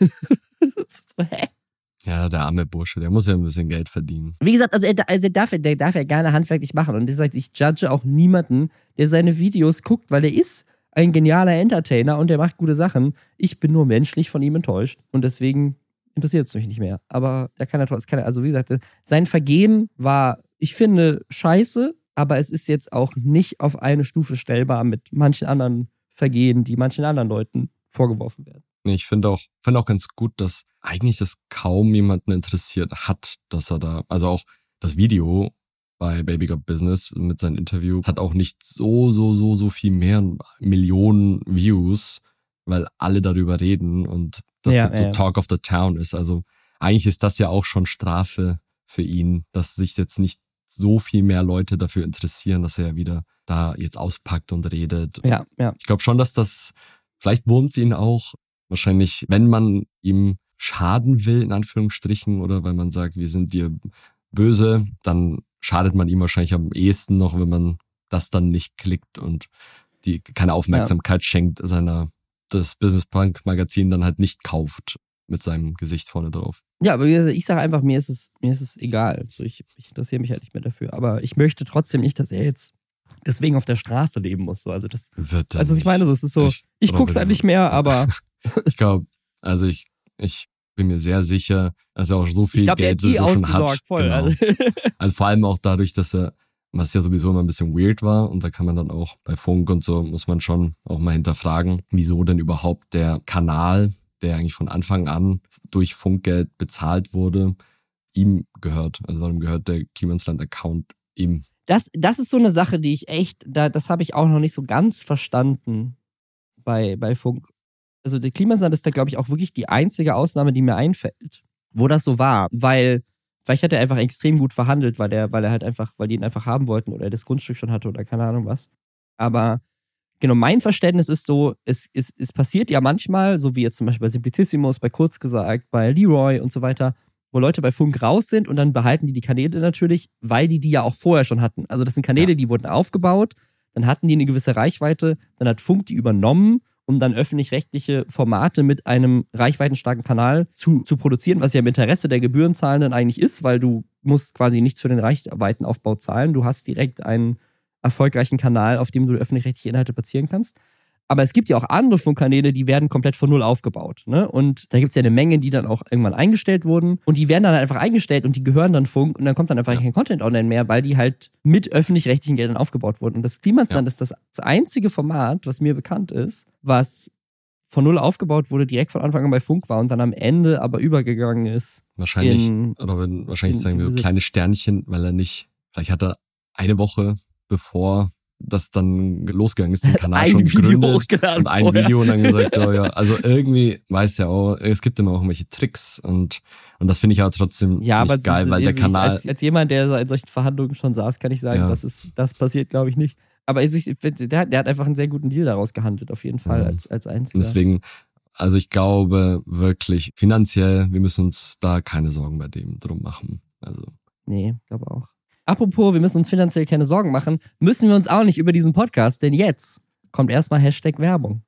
So, hä? Ja, der arme Bursche, der muss ja ein bisschen Geld verdienen. Wie gesagt, also er, also er darf, der darf ja gerne handwerklich machen. Und das heißt, ich judge auch niemanden, der seine Videos guckt, weil er ist ein genialer Entertainer und der macht gute Sachen. Ich bin nur menschlich von ihm enttäuscht. Und deswegen interessiert es mich nicht mehr. Aber da kann er trotzdem, also wie gesagt, sein Vergehen war, ich finde, scheiße, aber es ist jetzt auch nicht auf eine Stufe stellbar mit manchen anderen Vergehen, die manchen anderen Leuten vorgeworfen werden. Ich finde auch, find auch ganz gut, dass eigentlich das kaum jemanden interessiert hat, dass er da, also auch das Video bei Baby Got Business mit seinem Interview hat auch nicht so, so, so, so viel mehr Millionen Views, weil alle darüber reden und das ja, jetzt so ja. Talk of the Town ist. Also eigentlich ist das ja auch schon Strafe für ihn, dass sich jetzt nicht so viel mehr Leute dafür interessieren, dass er wieder da jetzt auspackt und redet. Ja, ja. Ich glaube schon, dass das, vielleicht wurmt es ihn auch, wahrscheinlich, wenn man ihm schaden will, in Anführungsstrichen, oder weil man sagt, wir sind dir böse, dann schadet man ihm wahrscheinlich am ehesten noch, wenn man das dann nicht klickt und die keine Aufmerksamkeit ja. schenkt, seiner das Business Punk Magazin dann halt nicht kauft mit seinem Gesicht vorne drauf. Ja, aber ich sage einfach, mir ist es, mir ist es egal. Also ich, ich interessiere mich halt nicht mehr dafür. Aber ich möchte trotzdem nicht, dass er jetzt deswegen auf der Straße leben muss. So. Also das, Wird also was ich meine, so, es ist so, ich, ich guck's halt nicht mehr, aber ich glaube, also ich, ich bin mir sehr sicher, dass er auch so viel glaub, Geld sowieso schon hat. Voll, genau. also. also vor allem auch dadurch, dass er, was ja sowieso immer ein bisschen weird war, und da kann man dann auch bei Funk und so, muss man schon auch mal hinterfragen, wieso denn überhaupt der Kanal, der eigentlich von Anfang an durch Funkgeld bezahlt wurde, ihm gehört. Also warum gehört der Klimansland-Account ihm? Das, das ist so eine Sache, die ich echt, da, das habe ich auch noch nicht so ganz verstanden bei, bei Funk. Also der Klimansland ist da, glaube ich, auch wirklich die einzige Ausnahme, die mir einfällt, wo das so war. Weil, vielleicht hat er einfach extrem gut verhandelt, weil er, weil er halt einfach, weil die ihn einfach haben wollten oder er das Grundstück schon hatte oder keine Ahnung was. Aber genau, mein Verständnis ist so, es, es, es passiert ja manchmal, so wie jetzt zum Beispiel bei Simplicissimus, bei Kurz gesagt, bei Leroy und so weiter, wo Leute bei Funk raus sind und dann behalten die die Kanäle natürlich, weil die die ja auch vorher schon hatten. Also das sind Kanäle, ja. die wurden aufgebaut, dann hatten die eine gewisse Reichweite, dann hat Funk die übernommen, um dann öffentlich-rechtliche Formate mit einem reichweitenstarken Kanal zu, zu produzieren, was ja im Interesse der Gebührenzahlenden eigentlich ist, weil du musst quasi nichts für den Reichweitenaufbau zahlen. Du hast direkt einen erfolgreichen Kanal, auf dem du öffentlich-rechtliche Inhalte platzieren kannst. Aber es gibt ja auch andere Funkkanäle, die werden komplett von Null aufgebaut. Ne? Und da gibt es ja eine Menge, die dann auch irgendwann eingestellt wurden. Und die werden dann einfach eingestellt und die gehören dann Funk. Und dann kommt dann einfach ja. kein Content online mehr, weil die halt mit öffentlich-rechtlichen Geldern aufgebaut wurden. Und das Klimansland ja. ist das, das einzige Format, was mir bekannt ist, was von Null aufgebaut wurde, direkt von Anfang an bei Funk war und dann am Ende aber übergegangen ist. Wahrscheinlich, in, oder wenn, wahrscheinlich in, sagen wir kleine Sternchen, weil er nicht, vielleicht hat er eine Woche bevor das dann losgegangen ist, den Kanal ein schon Video gegründet und ein vorher. Video und dann gesagt, oh ja, also irgendwie weiß ja auch, es gibt immer auch irgendwelche Tricks und, und das finde ich aber trotzdem ja, nicht aber geil, ist, weil der ist, Kanal... Als, als jemand, der in solchen Verhandlungen schon saß, kann ich sagen, ja. das, ist, das passiert, glaube ich, nicht. Aber ich, der, der hat einfach einen sehr guten Deal daraus gehandelt, auf jeden Fall, ja. als, als einziger. Und deswegen, also ich glaube wirklich, finanziell, wir müssen uns da keine Sorgen bei dem drum machen. Also. Nee, glaube auch. Apropos, wir müssen uns finanziell keine Sorgen machen, müssen wir uns auch nicht über diesen Podcast, denn jetzt kommt erstmal Hashtag Werbung.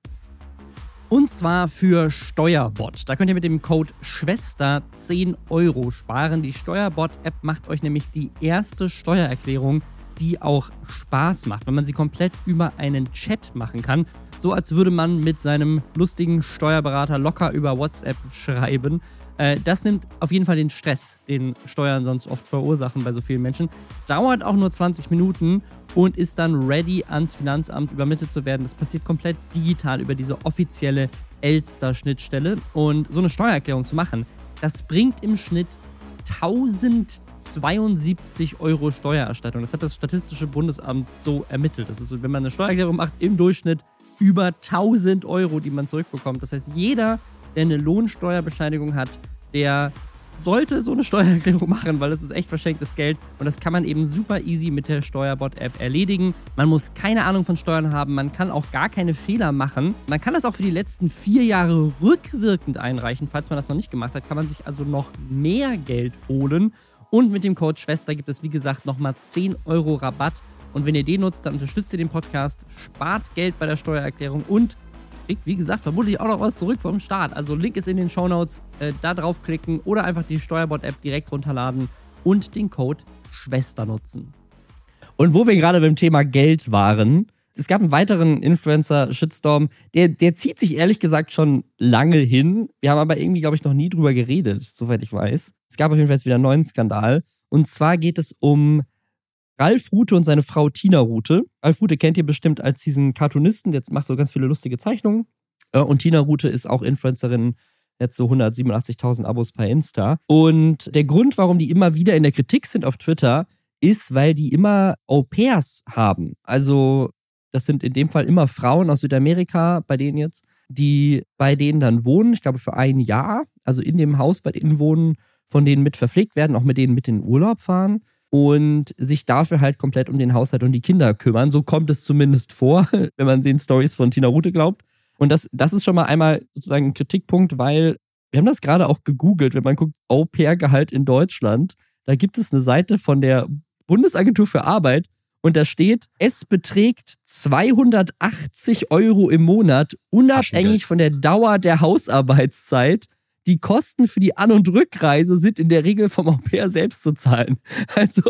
Und zwar für Steuerbot. Da könnt ihr mit dem Code Schwester zehn Euro sparen. Die Steuerbot-App macht euch nämlich die erste Steuererklärung, die auch Spaß macht, wenn man sie komplett über einen Chat machen kann. So als würde man mit seinem lustigen Steuerberater locker über WhatsApp schreiben. Das nimmt auf jeden Fall den Stress, den Steuern sonst oft verursachen bei so vielen Menschen. Dauert auch nur zwanzig Minuten und ist dann ready, ans Finanzamt übermittelt zu werden. Das passiert komplett digital über diese offizielle Elster-Schnittstelle. Und so eine Steuererklärung zu machen, das bringt im Schnitt tausendzweiundsiebzig Euro Steuererstattung. Das hat das Statistische Bundesamt so ermittelt. Das ist so, wenn man eine Steuererklärung macht, im Durchschnitt über tausend Euro, die man zurückbekommt. Das heißt, jeder, der eine Lohnsteuerbescheinigung hat, der sollte so eine Steuererklärung machen, weil das ist echt verschenktes Geld und das kann man eben super easy mit der Steuerbot-App erledigen. Man muss keine Ahnung von Steuern haben, man kann auch gar keine Fehler machen. Man kann das auch für die letzten vier Jahre rückwirkend einreichen. Falls man das noch nicht gemacht hat, kann man sich also noch mehr Geld holen. Und mit dem Code Schwester gibt es, wie gesagt, nochmal zehn Euro Rabatt. Und wenn ihr den nutzt, dann unterstützt ihr den Podcast, spart Geld bei der Steuererklärung und kriegt, wie gesagt, vermutlich auch noch was zurück vom Staat. Also Link ist in den Shownotes, äh, da draufklicken oder einfach die Steuerbot-App direkt runterladen und den Code Schwester nutzen. Und wo wir gerade beim Thema Geld waren, es gab einen weiteren Influencer-Shitstorm, der, der zieht sich ehrlich gesagt schon lange hin. Wir haben aber irgendwie, glaube ich, noch nie drüber geredet, soweit ich weiß. Es gab auf jeden Fall jetzt wieder einen neuen Skandal. Und zwar geht es um Ralf Rute und seine Frau Tina Rute. Ralf Rute kennt ihr bestimmt als diesen Cartoonisten, der macht so ganz viele lustige Zeichnungen. Und Tina Rute ist auch Influencerin, jetzt so hundertsiebenundachtzigtausend Abos bei Insta. Und der Grund, warum die immer wieder in der Kritik sind auf Twitter, ist, weil die immer Au-pairs haben. Also das sind in dem Fall immer Frauen aus Südamerika, bei denen jetzt, die bei denen dann wohnen, ich glaube für ein Jahr, also in dem Haus bei denen wohnen, von denen mit verpflegt werden, auch mit denen mit in den Urlaub fahren und sich dafür halt komplett um den Haushalt und die Kinder kümmern. So kommt es zumindest vor, wenn man den Stories von Tina Rute glaubt. Und das, das ist schon mal einmal sozusagen ein Kritikpunkt, weil wir haben das gerade auch gegoogelt, wenn man guckt, Au-pair-Gehalt in Deutschland, da gibt es eine Seite von der Bundesagentur für Arbeit und da steht, es beträgt zweihundertachtzig Euro im Monat, unabhängig von der Dauer der Hausarbeitszeit. Die Kosten für die An- und Rückreise sind in der Regel vom Au-pair selbst zu zahlen. Also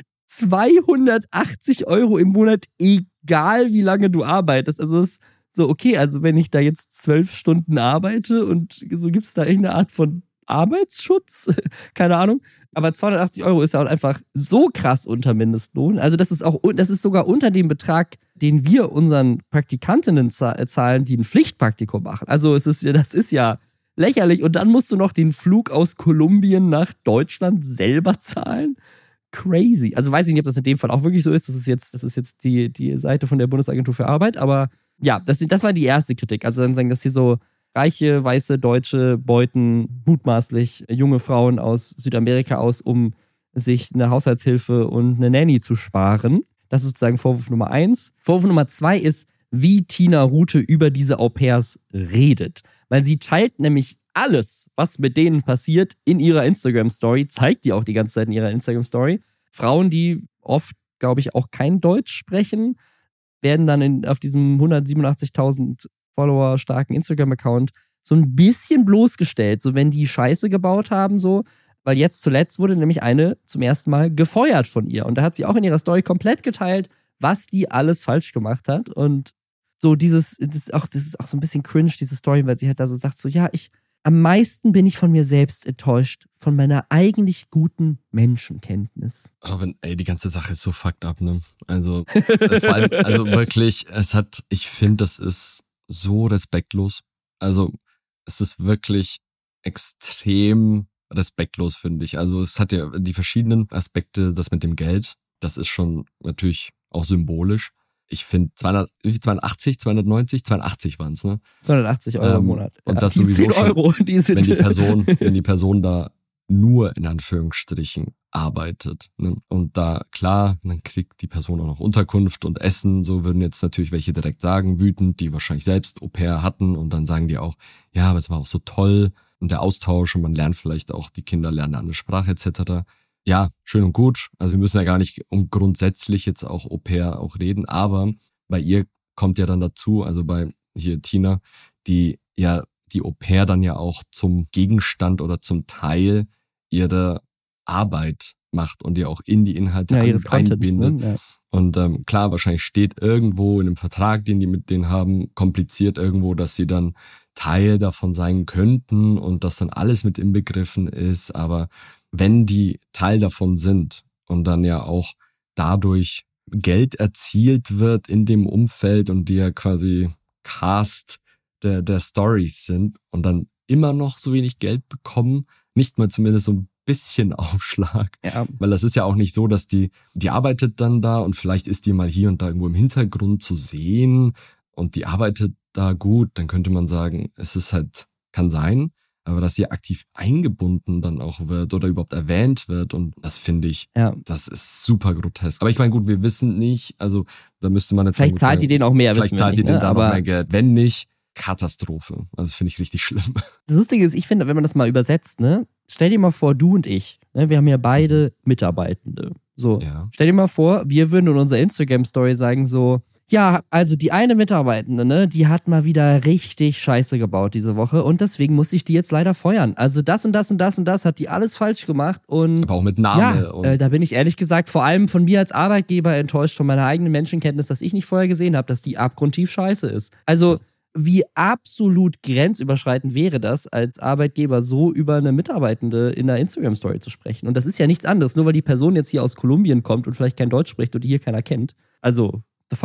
zweihundertachtzig Euro im Monat, egal wie lange du arbeitest. Also das ist so, okay, also wenn ich da jetzt zwölf Stunden arbeite und so gibt es da irgendeine Art von Arbeitsschutz, keine Ahnung. Aber zweihundertachtzig Euro ist ja auch einfach so krass unter Mindestlohn. Also das ist auch, das ist sogar unter dem Betrag, den wir unseren Praktikantinnen zahlen, die ein Pflichtpraktikum machen. Also es ist ja, das ist ja lächerlich. Und dann musst du noch den Flug aus Kolumbien nach Deutschland selber zahlen. Crazy. Also weiß ich nicht, ob das in dem Fall auch wirklich so ist. Das ist jetzt, das ist jetzt die, die Seite von der Bundesagentur für Arbeit. Aber ja, das, das war die erste Kritik. Also dann sagen, dass hier so reiche, weiße, Deutsche beuten mutmaßlich junge Frauen aus Südamerika aus, um sich eine Haushaltshilfe und eine Nanny zu sparen. Das ist sozusagen Vorwurf Nummer eins. Vorwurf Nummer zwei ist, wie Tina Rute über diese Au-pairs redet. Weil sie teilt nämlich alles, was mit denen passiert, in ihrer Instagram-Story, zeigt die auch die ganze Zeit in ihrer Instagram-Story. Frauen, die oft, glaube ich, auch kein Deutsch sprechen, werden dann in, auf diesem hundertsiebenundachtzigtausend Follower starken Instagram-Account so ein bisschen bloßgestellt, so wenn die Scheiße gebaut haben, so, weil jetzt zuletzt wurde nämlich eine zum ersten Mal gefeuert von ihr und da hat sie auch in ihrer Story komplett geteilt, was die alles falsch gemacht hat und so dieses, das ist auch, das ist auch so ein bisschen cringe, diese Story, weil sie halt da so sagt, so ja, ich, am meisten bin ich von mir selbst enttäuscht, von meiner eigentlich guten Menschenkenntnis. Aber ey, die ganze Sache ist so fucked up, ne? Also, vor allem, also wirklich, es hat, ich finde, das ist so respektlos. Also es ist wirklich extrem respektlos, finde ich. Also es hat ja die verschiedenen Aspekte, das mit dem Geld, das ist schon natürlich auch symbolisch. Ich finde zweihundertachtzig, zweihundertneunzig, zweihundertachtzig waren es, ne? zweihundertachtzig Euro im Monat. Und ja, das sowieso schon, Euro, die sind wenn die Person, wenn die Person da nur in Anführungsstrichen arbeitet. Ne? Und da, klar, dann kriegt die Person auch noch Unterkunft und Essen. So würden jetzt natürlich welche direkt sagen, wütend, die wahrscheinlich selbst Au-pair hatten. Und dann sagen die auch, ja, aber es war auch so toll. Und der Austausch und man lernt vielleicht auch, die Kinder lernen eine andere Sprache et cetera. Ja, schön und gut. Also wir müssen ja gar nicht um grundsätzlich jetzt auch Au-pair auch reden. Aber bei ihr kommt ja dann dazu, also bei hier Tina, die ja die Au-pair dann ja auch zum Gegenstand oder zum Teil ihrer Arbeit macht und die auch in die Inhalte ja, einbindet. Ne? Ja. Und ähm, klar, wahrscheinlich steht irgendwo in einem Vertrag, den die mit denen haben, kompliziert irgendwo, dass sie dann Teil davon sein könnten und dass dann alles mit inbegriffen ist. Aber wenn die Teil davon sind und dann ja auch dadurch Geld erzielt wird in dem Umfeld und die ja quasi Cast der, der Stories sind und dann immer noch so wenig Geld bekommen, nicht mal zumindest so ein bisschen Aufschlag. Ja. Weil das ist ja auch nicht so, dass die, die arbeitet dann da und vielleicht ist die mal hier und da irgendwo im Hintergrund zu sehen und die arbeitet da gut, dann könnte man sagen, es ist halt, kann sein, aber dass sie aktiv eingebunden dann auch wird oder überhaupt erwähnt wird und das finde ich, ja. das ist super grotesk. Aber ich meine, gut, wir wissen nicht, also da müsste man jetzt vielleicht zahlt sagen, die denen auch mehr, vielleicht zahlt nicht, die denen ne? dann aber noch mehr Geld. Wenn nicht, Katastrophe. Also das finde ich richtig schlimm. Das Lustige ist, ich finde, wenn man das mal übersetzt, ne, stell dir mal vor, du und ich, ne, wir haben ja beide Mitarbeitende. So, ja. Stell dir mal vor, wir würden in unserer Instagram-Story sagen so, ja, also die eine Mitarbeitende, ne, die hat mal wieder richtig Scheiße gebaut diese Woche und deswegen muss ich die jetzt leider feuern. Also das und das und das und das hat die alles falsch gemacht und aber auch mit Namen. Ja, und äh, da bin ich ehrlich gesagt vor allem von mir als Arbeitgeber enttäuscht von meiner eigenen Menschenkenntnis, dass ich nicht vorher gesehen habe, dass die abgrundtief scheiße ist. Also wie absolut grenzüberschreitend wäre das, als Arbeitgeber so über eine Mitarbeitende in einer Instagram-Story zu sprechen. Und das ist ja nichts anderes, nur weil die Person jetzt hier aus Kolumbien kommt und vielleicht kein Deutsch spricht und die hier keiner kennt. Also, the fuck?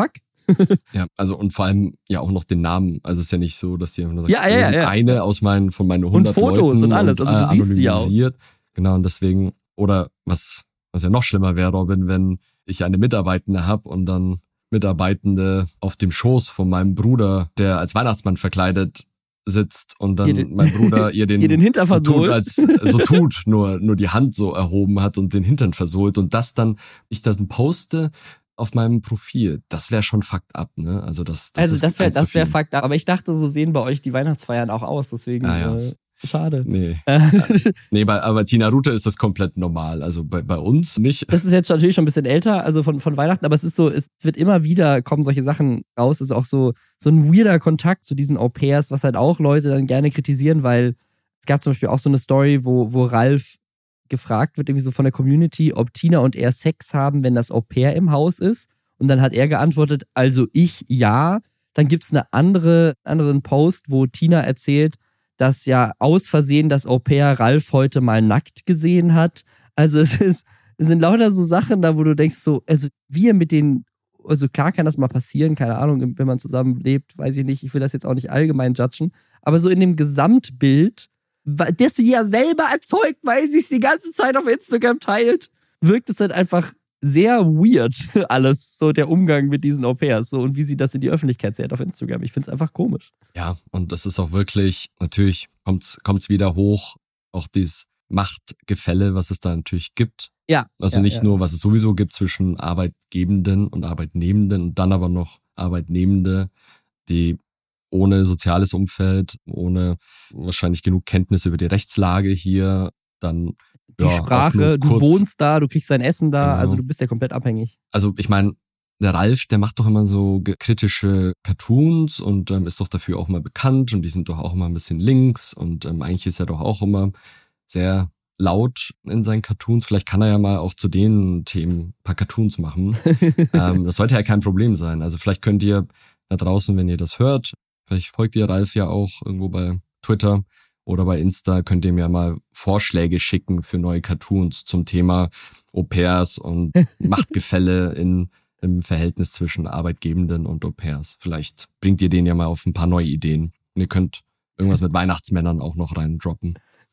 Ja, also und vor allem ja auch noch den Namen. Also es ist ja nicht so, dass die einfach nur sagt, ja, ja, ja, eine aus meinen, von meinen hundert und Fotos Leuten und alles, also du äh, siehst sie ja auch. anonymisiert. Genau, und deswegen, oder was, was ja noch schlimmer wäre, Robin, wenn ich eine Mitarbeitende habe und dann Mitarbeitende auf dem Schoß von meinem Bruder, der als Weihnachtsmann verkleidet sitzt und dann den, mein Bruder ihr den, ihr den Hintern so versohlt. tut, als so tut, nur, nur die Hand so erhoben hat und den Hintern versohlt und das dann, ich das poste auf meinem Profil, das wäre schon fucked up, ne? Also das, das also ist das wäre das wäre fucked up, aber ich dachte, so sehen bei euch die Weihnachtsfeiern auch aus, deswegen ah, ja. äh, schade. Nee. nee, bei, aber Tina Rute ist das komplett normal, also bei, bei uns nicht. Das ist jetzt natürlich schon ein bisschen älter, also von, von Weihnachten, aber es ist so, es wird immer wieder, kommen solche Sachen raus, also auch so, so ein weirder Kontakt zu diesen Au-pairs, was halt auch Leute dann gerne kritisieren, weil es gab zum Beispiel auch so eine Story, wo, wo Ralf gefragt wird, irgendwie so von der Community, ob Tina und er Sex haben, wenn das Au-pair im Haus ist. Und dann hat er geantwortet, also ich ja. Dann gibt es eine andere, anderen Post, wo Tina erzählt, dass ja aus Versehen das Au-pair Ralf heute mal nackt gesehen hat. Also es ist, es sind lauter so Sachen da, wo du denkst so, also wir mit den, also klar kann das mal passieren, keine Ahnung, wenn man zusammen lebt, weiß ich nicht, ich will das jetzt auch nicht allgemein judgen, aber so in dem Gesamtbild, das sie ja selber erzeugt, weil sie es die ganze Zeit auf Instagram teilt, wirkt es halt einfach sehr weird, alles, so der Umgang mit diesen Au-pairs, so und wie sie das in die Öffentlichkeit zählt auf Instagram. Ich finde es einfach komisch. Ja, und das ist auch wirklich, natürlich kommt es wieder hoch, auch dieses Machtgefälle, was es da natürlich gibt. Ja. Also ja, nicht ja. nur, was es sowieso gibt zwischen Arbeitgebenden und Arbeitnehmenden und dann aber noch Arbeitnehmende, die ohne soziales Umfeld, ohne wahrscheinlich genug Kenntnisse über die Rechtslage hier, dann die ja, Sprache, du wohnst da, du kriegst dein Essen da, genau. Also du bist ja komplett abhängig. Also ich meine, der Ralf, der macht doch immer so kritische Cartoons und ähm, ist doch dafür auch mal bekannt und die sind doch auch immer ein bisschen links und ähm, eigentlich ist er doch auch immer sehr laut in seinen Cartoons. Vielleicht kann er ja mal auch zu den Themen ein paar Cartoons machen. ähm, das sollte ja kein Problem sein. Also vielleicht könnt ihr da draußen, wenn ihr das hört, vielleicht folgt ihr Ralf ja auch irgendwo bei Twitter oder bei Insta, könnt ihr mir mal Vorschläge schicken für neue Cartoons zum Thema Au-pairs und Machtgefälle in, im Verhältnis zwischen Arbeitgebenden und Au-pairs. Vielleicht bringt ihr denen ja mal auf ein paar neue Ideen. Und ihr könnt irgendwas mit Weihnachtsmännern auch noch reindroppen.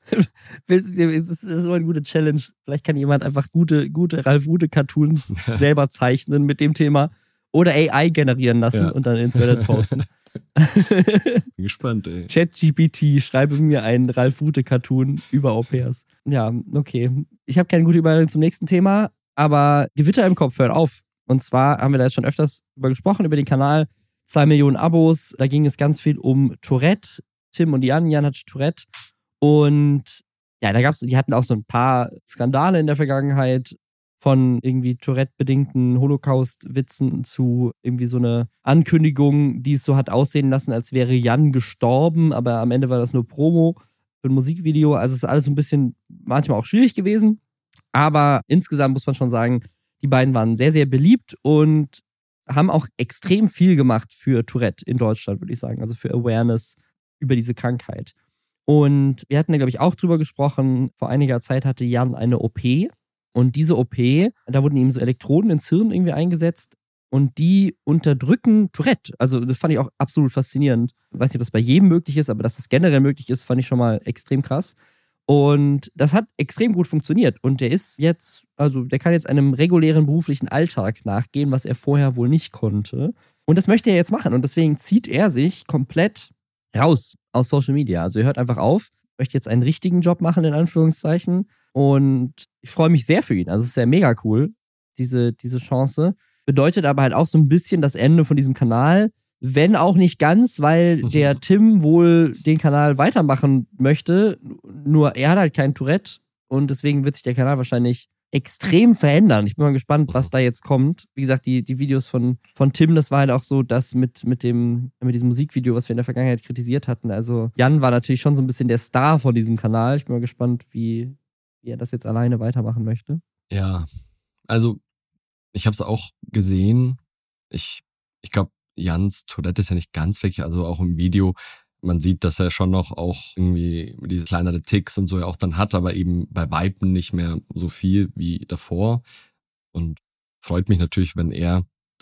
Das ist immer eine gute Challenge. Vielleicht kann jemand einfach gute, gute Ralf Rute Cartoons selber zeichnen mit dem Thema oder A I generieren lassen ja. und dann ins Reddit posten. Bin gespannt, ey. ChatGPT, schreibe mir einen Ralf Rute Cartoon über Au-pairs. Ja, okay. Ich habe keine gute Überleitung zum nächsten Thema, aber Gewitter im Kopf hört auf. Und zwar haben wir da jetzt schon öfters über gesprochen, über den Kanal. Zwei Millionen Abos. Da ging es ganz viel um Tourette. Tim und Jan. Jan hat Tourette. Und ja, da gab's, die hatten auch so ein paar Skandale in der Vergangenheit. Von irgendwie Tourette-bedingten Holocaust-Witzen zu irgendwie so eine Ankündigung, die es so hat aussehen lassen, als wäre Jan gestorben, aber am Ende war das nur Promo für ein Musikvideo. Also es ist alles so ein bisschen manchmal auch schwierig gewesen. Aber insgesamt muss man schon sagen, die beiden waren sehr, sehr beliebt und haben auch extrem viel gemacht für Tourette in Deutschland, würde ich sagen. Also für Awareness über diese Krankheit. Und wir hatten da, glaube ich, auch drüber gesprochen. Vor einiger Zeit hatte Jan eine O P. Und diese O P, da wurden ihm so Elektroden ins Hirn irgendwie eingesetzt und die unterdrücken Tourette. Also das fand ich auch absolut faszinierend. Ich weiß nicht, ob das bei jedem möglich ist, aber dass das generell möglich ist, fand ich schon mal extrem krass. Und das hat extrem gut funktioniert. Und der ist jetzt, also der kann jetzt einem regulären beruflichen Alltag nachgehen, was er vorher wohl nicht konnte. Und das möchte er jetzt machen. Und deswegen zieht er sich komplett raus aus Social Media. Also er hört einfach auf, möchte jetzt einen richtigen Job machen, in Anführungszeichen. Und ich freue mich sehr für ihn. Also es ist ja mega cool, diese, diese Chance. Bedeutet aber halt auch so ein bisschen das Ende von diesem Kanal. Wenn auch nicht ganz, weil der Tim wohl den Kanal weitermachen möchte. Nur er hat halt kein Tourette. Und deswegen wird sich der Kanal wahrscheinlich extrem verändern. Ich bin mal gespannt, was da jetzt kommt. Wie gesagt, die, die Videos von, von Tim, das war halt auch so, das mit, mit, dem, mit diesem Musikvideo, was wir in der Vergangenheit kritisiert hatten. Also Jan war natürlich schon so ein bisschen der Star von diesem Kanal. Ich bin mal gespannt, wie wie er das jetzt alleine weitermachen möchte. Ja, also ich habe es auch gesehen. Ich, ich glaube, Jans Tourette ist ja nicht ganz weg, also auch im Video. Man sieht, dass er schon noch auch irgendwie diese kleinere Ticks und so ja auch dann hat, aber eben bei Weitem nicht mehr so viel wie davor. Und freut mich natürlich, wenn er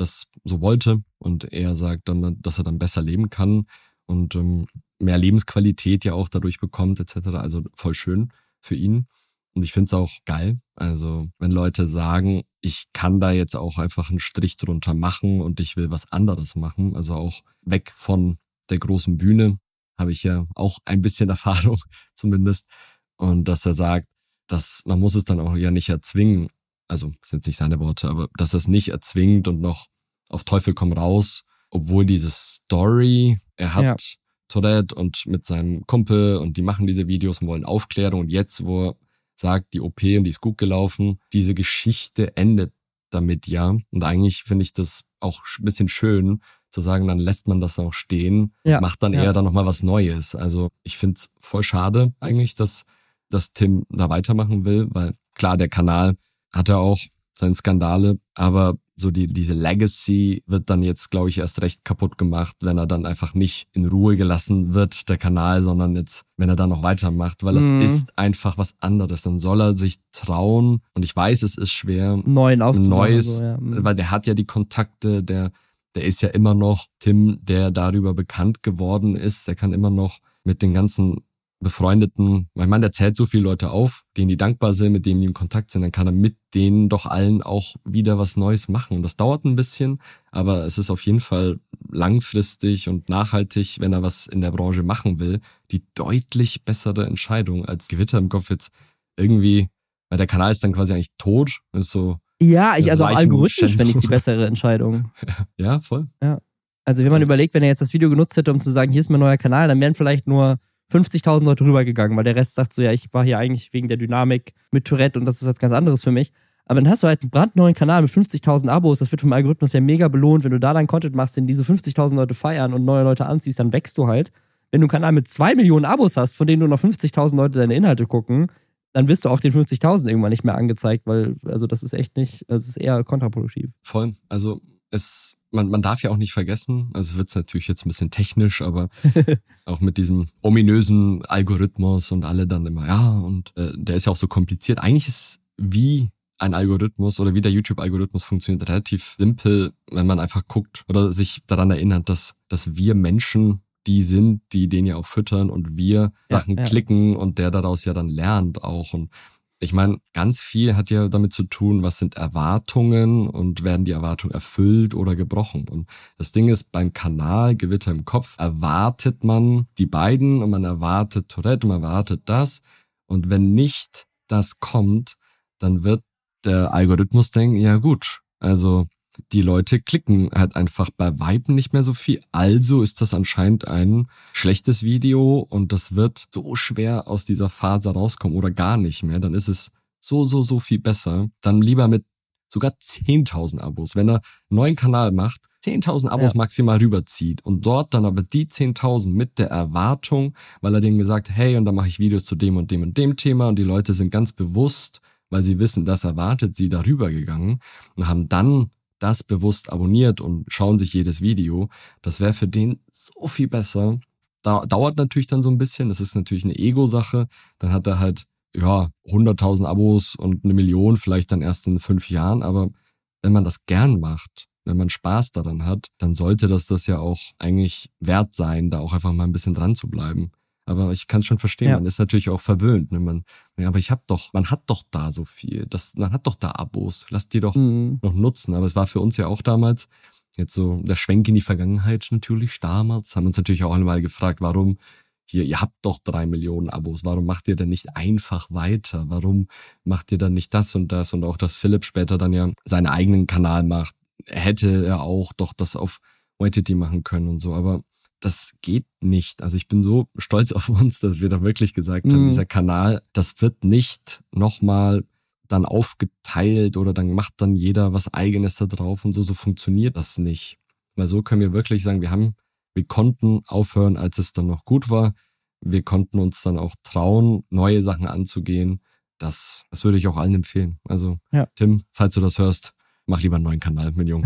das so wollte und er sagt dann, dass er dann besser leben kann und ähm, mehr Lebensqualität ja auch dadurch bekommt et cetera. Also voll schön für ihn. Und ich finde es auch geil. Also wenn Leute sagen, ich kann da jetzt auch einfach einen Strich drunter machen und ich will was anderes machen, also auch weg von der großen Bühne, habe ich ja auch ein bisschen Erfahrung zumindest. Und dass er sagt, dass man muss es dann auch ja nicht erzwingen, also das sind jetzt nicht seine Worte, aber dass er es nicht erzwingt und noch auf Teufel komm raus, obwohl diese Story, er hat ja. Tourette und mit seinem Kumpel und die machen diese Videos und wollen Aufklärung und jetzt, wo er sagt, die O P und die ist gut gelaufen, diese Geschichte endet damit ja und eigentlich finde ich das auch ein bisschen schön, zu sagen, dann lässt man das auch stehen, ja. macht dann ja. eher dann nochmal was Neues. Also ich finde es voll schade eigentlich, dass, dass Tim da weitermachen will, weil klar, der Kanal hat ja auch seine Skandale, aber so die diese Legacy wird dann jetzt, glaube ich, erst recht kaputt gemacht, wenn er dann einfach nicht in Ruhe gelassen wird, der Kanal, sondern jetzt, wenn er dann noch weitermacht, weil mhm. es ist einfach was anderes. Dann soll er sich trauen und ich weiß, es ist schwer, Neuen aufzubauen, Neues, so, ja. mhm. weil der hat ja die Kontakte, der der ist ja immer noch Tim, der darüber bekannt geworden ist, der kann immer noch mit den ganzen Befreundeten, ich meine, der zählt so viele Leute auf, denen die dankbar sind, mit denen die in Kontakt sind, dann kann er mit denen doch allen auch wieder was Neues machen. Und das dauert ein bisschen, aber es ist auf jeden Fall langfristig und nachhaltig, wenn er was in der Branche machen will, die deutlich bessere Entscheidung als Gewitter im Kopf jetzt irgendwie, weil der Kanal ist dann quasi eigentlich tot, ist so. Ja, ich also auch algorithmisch fände ich die bessere Entscheidung. Ja, voll. Ja. Also wenn man ja. überlegt, wenn er jetzt das Video genutzt hätte, um zu sagen, hier ist mein neuer Kanal, dann wären vielleicht nur fünfzigtausend Leute rübergegangen, weil der Rest sagt so, ja, ich war hier eigentlich wegen der Dynamik mit Tourette und das ist was ganz anderes für mich. Aber dann hast du halt einen brandneuen Kanal mit fünfzigtausend Abos, das wird vom Algorithmus ja mega belohnt. Wenn du da dann Content machst, den diese fünfzigtausend Leute feiern und neue Leute anziehst, dann wächst du halt. Wenn du einen Kanal mit zwei Millionen Abos hast, von denen nur noch fünfzigtausend Leute deine Inhalte gucken, dann wirst du auch den fünfzigtausend irgendwann nicht mehr angezeigt, weil, also das ist echt nicht, also es ist eher kontraproduktiv. Voll, also es, man, man darf ja auch nicht vergessen, also es wird natürlich jetzt ein bisschen technisch, aber auch mit diesem ominösen Algorithmus und alle dann immer, ja, und äh, der ist ja auch so kompliziert. Eigentlich ist wie ein Algorithmus oder wie der YouTube-Algorithmus funktioniert relativ simpel, wenn man einfach guckt oder sich daran erinnert, dass, dass wir Menschen die sind, die den ja auch füttern und wir ja, Sachen ja. klicken und der daraus ja dann lernt auch. Und ich meine, ganz viel hat ja damit zu tun, was sind Erwartungen und werden die Erwartungen erfüllt oder gebrochen. Und das Ding ist, beim Kanal Gewitter im Kopf erwartet man die beiden und man erwartet Tourette und man erwartet das. Und wenn nicht das kommt, dann wird der Algorithmus denken, ja gut, also die Leute klicken halt einfach bei Weitem nicht mehr so viel. Also ist das anscheinend ein schlechtes Video und das wird so schwer aus dieser Phase rauskommen oder gar nicht mehr. Dann ist es so, so, so viel besser. Dann lieber mit sogar zehntausend Abos. Wenn er einen neuen Kanal macht, zehntausend Abos ja. maximal rüberzieht und dort dann aber die zehntausend mit der Erwartung, weil er denen gesagt hat, hey, und dann mache ich Videos zu dem und dem und dem Thema und die Leute sind ganz bewusst, weil sie wissen, das erwartet sie, darüber gegangen und haben dann das bewusst abonniert und schauen sich jedes Video, das wäre für den so viel besser. Da, dauert natürlich dann so ein bisschen, das ist natürlich eine Ego-Sache, dann hat er halt, ja, hunderttausend Abos und eine Million vielleicht dann erst in fünf Jahren, aber wenn man das gern macht, wenn man Spaß daran hat, dann sollte das das ja auch eigentlich wert sein, da auch einfach mal ein bisschen dran zu bleiben. Aber ich kann es schon verstehen, ja. man ist natürlich auch verwöhnt. Ne? Man, ja, aber ich hab doch, man hat doch da so viel. Das, man hat doch da Abos. Lass die doch mhm. noch nutzen. Aber es war für uns ja auch damals, jetzt so der Schwenk in die Vergangenheit natürlich damals, haben uns natürlich auch alle mal gefragt, warum hier, ihr habt doch drei Millionen Abos, warum macht ihr denn nicht einfach weiter? Warum macht ihr dann nicht das und das? Und auch, dass Philipp später dann ja seinen eigenen Kanal macht, hätte er auch doch das auf Waititi machen können und so. Aber das geht nicht. Also ich bin so stolz auf uns, dass wir da wirklich gesagt haben, mhm. dieser Kanal, das wird nicht nochmal dann aufgeteilt oder dann macht dann jeder was Eigenes da drauf und so. So funktioniert das nicht. Weil so können wir wirklich sagen, wir haben, wir konnten aufhören, als es dann noch gut war. Wir konnten uns dann auch trauen, neue Sachen anzugehen. Das, das würde ich auch allen empfehlen. Also ja. Tim, falls du das hörst, mach lieber einen neuen Kanal mit Jungen.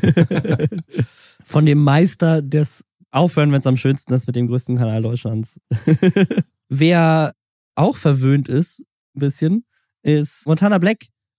Von dem Meister des Aufhören, wenn es am schönsten ist, mit dem größten Kanal Deutschlands. Wer auch verwöhnt ist, ein bisschen, ist Montana Black.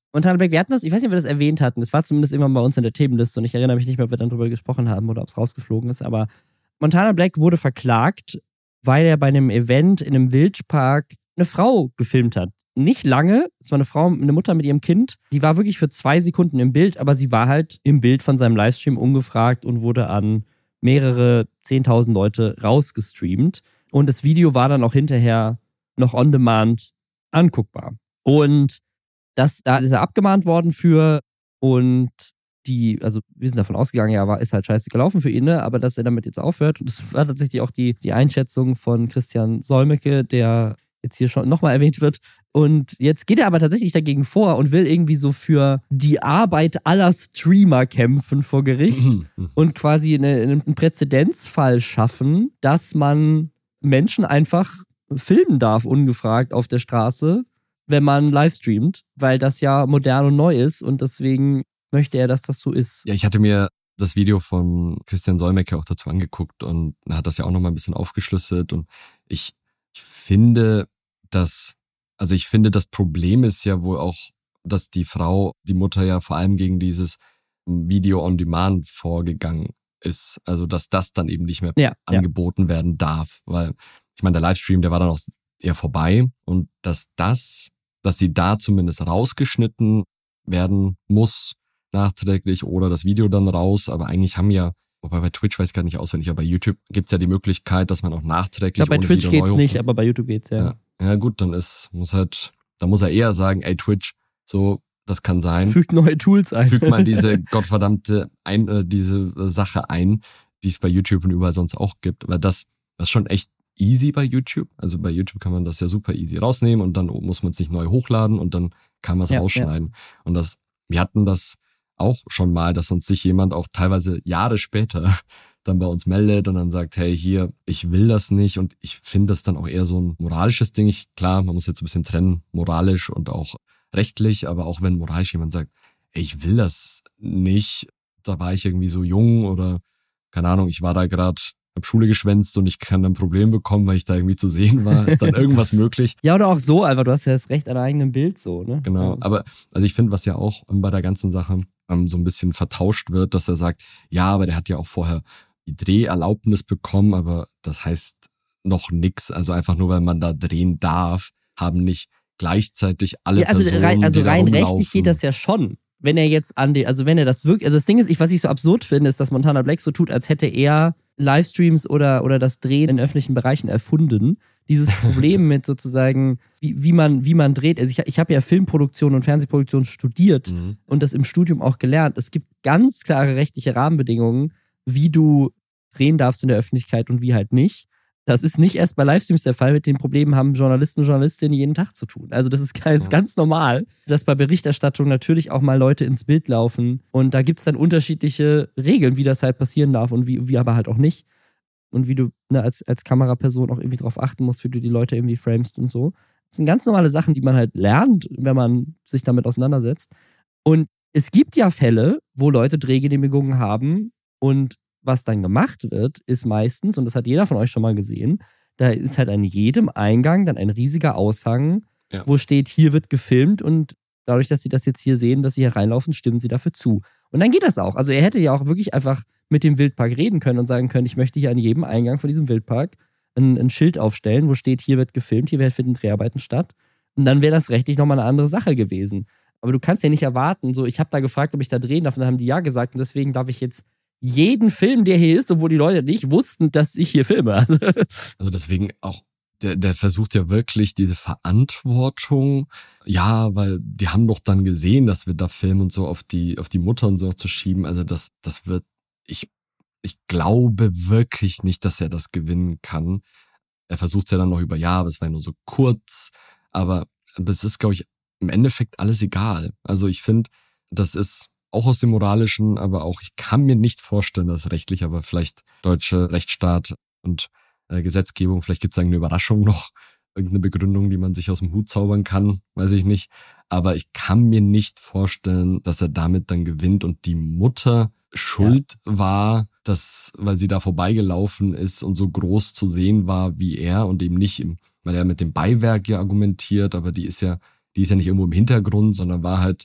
Montana Black, wir hatten das, ich weiß nicht, ob wir das erwähnt hatten, das war zumindest immer bei uns in der Themenliste und ich erinnere mich nicht mehr, ob wir dann drüber gesprochen haben oder ob es rausgeflogen ist, aber Montana Black wurde verklagt, weil er bei einem Event in einem Wildpark eine Frau gefilmt hat. Nicht lange, es war eine Frau, eine Mutter mit ihrem Kind, die war wirklich für zwei Sekunden im Bild, aber sie war halt im Bild von seinem Livestream ungefragt und wurde an mehrere zehntausend Leute rausgestreamt. Und das Video war dann auch hinterher noch on demand anguckbar. Und das, da ist er abgemahnt worden für und die, also wir sind davon ausgegangen, ja, war, ist halt scheiße gelaufen für ihn, ne? Aber dass er damit jetzt aufhört. Und das war tatsächlich auch die, die Einschätzung von Christian Solmecke, der jetzt hier schon nochmal erwähnt wird. Und jetzt geht er aber tatsächlich dagegen vor und will irgendwie so für die Arbeit aller Streamer kämpfen vor Gericht und quasi eine, einen Präzedenzfall schaffen, dass man Menschen einfach filmen darf, ungefragt auf der Straße, wenn man live streamt, weil das ja modern und neu ist und deswegen möchte er, dass das so ist. Ja, ich hatte mir das Video von Christian Solmecke auch dazu angeguckt und er hat das ja auch nochmal ein bisschen aufgeschlüsselt und ich, ich finde, dass, also ich finde, das Problem ist ja wohl auch, dass die Frau, die Mutter ja vor allem gegen dieses Video on Demand vorgegangen ist. Also, dass das dann eben nicht mehr ja, angeboten ja. werden darf, weil ich meine, der Livestream, der war dann auch eher vorbei und dass das, dass sie da zumindest rausgeschnitten werden muss, nachträglich oder das Video dann raus, aber eigentlich haben ja, wobei bei Twitch weiß ich gar nicht auswendig, aber bei YouTube gibt's ja die Möglichkeit, dass man auch nachträglich ich glaube, bei Twitch geht's nicht, aber bei YouTube geht's, ja. ja. Ja gut, dann ist, muss halt, da muss er eher sagen, ey Twitch, so, das kann sein. Fügt neue Tools ein. Fügt mal diese gottverdammte, ein, äh, diese Sache ein, die es bei YouTube und überall sonst auch gibt, aber das, das ist schon echt easy bei YouTube. Also bei YouTube kann man das ja super easy rausnehmen und dann muss man es nicht neu hochladen und dann kann man es ja, rausschneiden. Ja. Und das, wir hatten das auch schon mal, dass uns sich jemand auch teilweise Jahre später dann bei uns meldet und dann sagt, hey, hier, ich will das nicht und ich finde das dann auch eher so ein moralisches Ding. Ich, klar, man muss jetzt ein bisschen trennen, moralisch und auch rechtlich, aber auch wenn moralisch jemand sagt, ey, ich will das nicht, da war ich irgendwie so jung oder keine Ahnung, ich war da gerade, hab Schule geschwänzt und ich kann ein Problem bekommen, weil ich da irgendwie zu sehen war, ist dann irgendwas möglich. Ja, oder auch so, einfach, du hast ja das Recht an eigenem Bild so, ne? Genau, ja. aber also ich finde, was ja auch bei der ganzen Sache ähm, so ein bisschen vertauscht wird, dass er sagt, ja, aber der hat ja auch vorher die Dreherlaubnis bekommen, aber das heißt noch nix, also einfach nur, weil man da drehen darf, haben nicht gleichzeitig alle ja, also Personen, rein, also die da rein rumlaufen. rechtlich geht das ja schon. Wenn er jetzt an die, also wenn er das wirklich, also das Ding ist, ich, was ich so absurd finde, ist, dass Montana Black so tut, als hätte er Livestreams oder, oder das Drehen in öffentlichen Bereichen erfunden. Dieses Problem mit sozusagen, wie, wie, man, wie man dreht. Also ich, ich habe ja Filmproduktion und Fernsehproduktion studiert mhm. und das im Studium auch gelernt. Es gibt ganz klare rechtliche Rahmenbedingungen, wie du drehen darfst in der Öffentlichkeit und wie halt nicht. Das ist nicht erst bei Livestreams der Fall. Mit den Problemen haben Journalisten und Journalistinnen jeden Tag zu tun. Also das ist ganz, ja. ganz normal, dass bei Berichterstattung natürlich auch mal Leute ins Bild laufen. Und da gibt es dann unterschiedliche Regeln, wie das halt passieren darf und wie, wie aber halt auch nicht. Und wie du ne, als, als Kameraperson auch irgendwie drauf achten musst, wie du die Leute irgendwie framest und so. Das sind ganz normale Sachen, die man halt lernt, wenn man sich damit auseinandersetzt. Und es gibt ja Fälle, wo Leute Drehgenehmigungen haben und was dann gemacht wird, ist meistens, und das hat jeder von euch schon mal gesehen, da ist halt an jedem Eingang dann ein riesiger Aushang, ja. wo steht, hier wird gefilmt und dadurch, dass sie das jetzt hier sehen, dass sie hier reinlaufen, stimmen sie dafür zu. Und dann geht das auch. Also er hätte ja auch wirklich einfach mit dem Wildpark reden können und sagen können, ich möchte hier an jedem Eingang von diesem Wildpark ein, ein Schild aufstellen, wo steht, hier wird gefilmt, hier finden Dreharbeiten statt. Und dann wäre das rechtlich nochmal eine andere Sache gewesen. Aber du kannst ja nicht erwarten, so, ich habe da gefragt, ob ich da drehen darf und dann haben die ja gesagt und deswegen darf ich jetzt jeden Film, der hier ist, obwohl die Leute nicht wussten, dass ich hier filme. Also, also deswegen auch, der, der versucht ja wirklich diese Verantwortung, ja, weil die haben doch dann gesehen, dass wir da filmen und so auf die, auf die Mutter und so zu schieben. Also das, das wird, ich, ich glaube wirklich nicht, dass er das gewinnen kann. Er versucht es ja dann noch über, ja, aber es war nur so kurz, aber das ist, glaube ich, im Endeffekt alles egal. Also ich finde, das ist auch aus dem Moralischen, aber auch, ich kann mir nicht vorstellen, dass rechtlich, aber vielleicht deutsche Rechtsstaat und äh, Gesetzgebung, vielleicht gibt es eine Überraschung noch, irgendeine Begründung, die man sich aus dem Hut zaubern kann, weiß ich nicht. Aber ich kann mir nicht vorstellen, dass er damit dann gewinnt und die Mutter schuld ja. war, dass, weil sie da vorbeigelaufen ist und so groß zu sehen war wie er und eben nicht, im, weil er mit dem Beiwerk ja argumentiert, aber die ist ja, die ist ja nicht irgendwo im Hintergrund, sondern war halt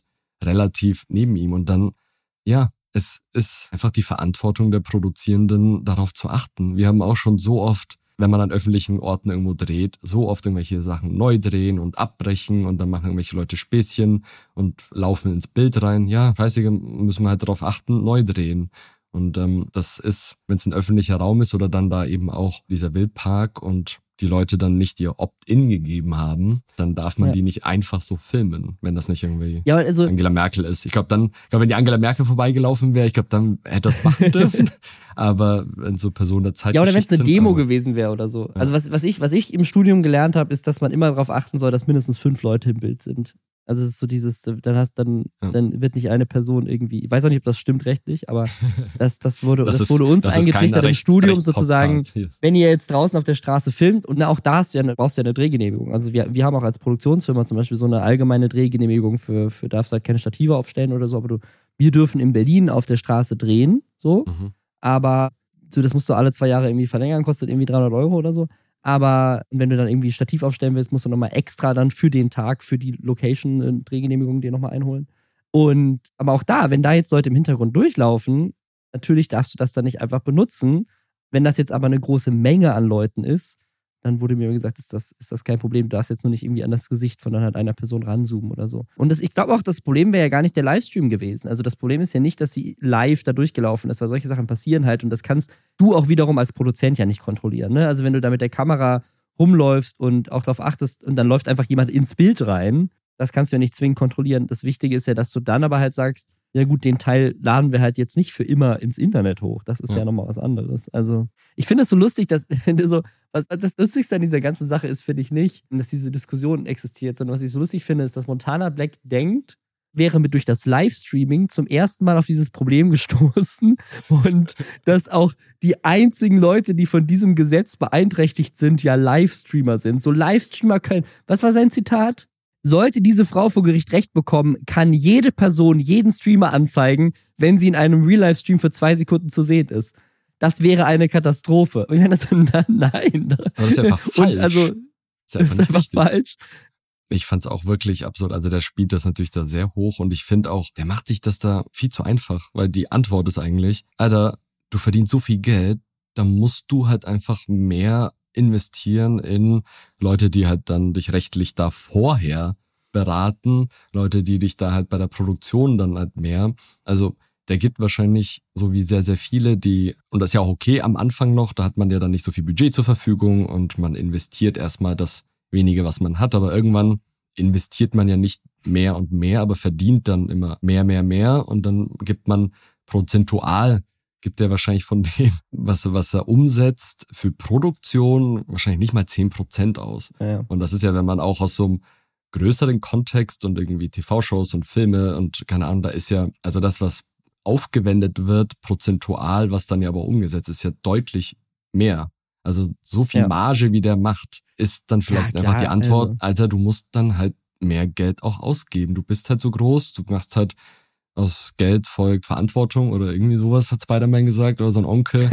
relativ neben ihm. Und dann, ja, es ist einfach die Verantwortung der Produzierenden, darauf zu achten. Wir haben auch schon so oft, wenn man an öffentlichen Orten irgendwo dreht, so oft irgendwelche Sachen neu drehen und abbrechen und dann machen irgendwelche Leute Späßchen und laufen ins Bild rein. Ja, scheiße, müssen wir halt darauf achten, neu drehen. Und ähm, das ist, wenn es ein öffentlicher Raum ist oder dann da eben auch dieser Wildpark und die Leute dann nicht ihr Opt-in gegeben haben, dann darf man ja. die nicht einfach so filmen, wenn das nicht irgendwie ja, also, Angela Merkel ist. Ich glaube dann, ich glaube, wenn die Angela Merkel vorbeigelaufen wäre, ich glaube, dann hätte das machen dürfen. Aber wenn so Personen der Zeit ja, oder wenn es eine sind, Demo aber, gewesen wäre oder so. Ja. Also was, was ich, was ich im Studium gelernt habe, ist, dass man immer darauf achten soll, dass mindestens fünf Leute im Bild sind. Also es ist so dieses, dann hast dann, ja. dann wird nicht eine Person irgendwie, ich weiß auch nicht, ob das stimmt rechtlich, aber das, das wurde, das, das ist, wurde uns das eingetrichtert im Studium sozusagen, wenn ihr jetzt draußen auf der Straße filmt, und na, auch da hast du ja, brauchst du ja eine Drehgenehmigung. Also wir, wir haben auch als Produktionsfirma zum Beispiel so eine allgemeine Drehgenehmigung für, für darfst halt keine Stative aufstellen oder so, aber du, wir dürfen in Berlin auf der Straße drehen, so, mhm. aber so, das musst du alle zwei Jahre irgendwie verlängern, kostet irgendwie dreihundert Euro oder so. Aber wenn du dann irgendwie Stativ aufstellen willst, musst du nochmal extra dann für den Tag, für die Location eine Drehgenehmigung dir nochmal einholen. Und aber auch da, wenn da jetzt Leute im Hintergrund durchlaufen, natürlich darfst du das dann nicht einfach benutzen. Wenn das jetzt aber eine große Menge an Leuten ist, dann wurde mir gesagt, ist das, ist das kein Problem. Du darfst jetzt nur nicht irgendwie an das Gesicht von dann halt einer Person ranzoomen oder so. Und das, ich glaube auch, das Problem wäre ja gar nicht der Livestream gewesen. Also das Problem ist ja nicht, dass sie live da durchgelaufen ist, weil solche Sachen passieren halt und das kannst du auch wiederum als Produzent ja nicht kontrollieren. Ne? Also wenn du da mit der Kamera rumläufst und auch darauf achtest und dann läuft einfach jemand ins Bild rein, das kannst du ja nicht zwingend kontrollieren. Das Wichtige ist ja, dass du dann aber halt sagst, ja gut, den Teil laden wir halt jetzt nicht für immer ins Internet hoch. Das ist ja, ja nochmal was anderes. Also ich finde es so lustig, dass so, was das Lustigste an dieser ganzen Sache ist, finde ich nicht, dass diese Diskussion existiert, sondern was ich so lustig finde, ist, dass Montana Black denkt, wäre mit durch das Livestreaming zum ersten Mal auf dieses Problem gestoßen und dass auch die einzigen Leute, die von diesem Gesetz beeinträchtigt sind, ja Livestreamer sind. So Livestreamer können, was war sein Zitat? Sollte diese Frau vor Gericht Recht bekommen, kann jede Person jeden Streamer anzeigen, wenn sie in einem Real-Life-Stream für zwei Sekunden zu sehen ist. Das wäre eine Katastrophe. Und ich meine, das dann, nein. Aber das ist einfach falsch. Und also, das ist einfach, das ist einfach falsch. Ich fand es auch wirklich absurd. Also der spielt das natürlich da sehr hoch und ich finde auch, der macht sich das da viel zu einfach, weil die Antwort ist eigentlich, Alter, du verdienst so viel Geld, da musst du halt einfach mehr investieren in Leute, die halt dann dich rechtlich da vorher beraten, Leute, die dich da halt bei der Produktion dann halt mehr, also der gibt wahrscheinlich so wie sehr, sehr viele, die, und das ist ja auch okay am Anfang noch, da hat man ja dann nicht so viel Budget zur Verfügung und man investiert erstmal das wenige, was man hat, aber irgendwann investiert man ja nicht mehr und mehr, aber verdient dann immer mehr, mehr, mehr und dann gibt man prozentual gibt er wahrscheinlich von dem, was, was er umsetzt für Produktion, wahrscheinlich nicht mal zehn Prozent aus. Ja. Und das ist ja, wenn man auch aus so einem größeren Kontext und irgendwie T V-Shows und Filme und keine Ahnung, da ist ja, also das, was aufgewendet wird, prozentual, was dann ja aber umgesetzt ist, ja deutlich mehr. Also so viel ja. Marge, wie der macht, ist dann vielleicht ja, einfach die Antwort, also. Alter, du musst dann halt mehr Geld auch ausgeben. Du bist halt so groß, du machst halt aus Geld folgt Verantwortung oder irgendwie sowas, hat Spider-Man gesagt, oder so ein Onkel.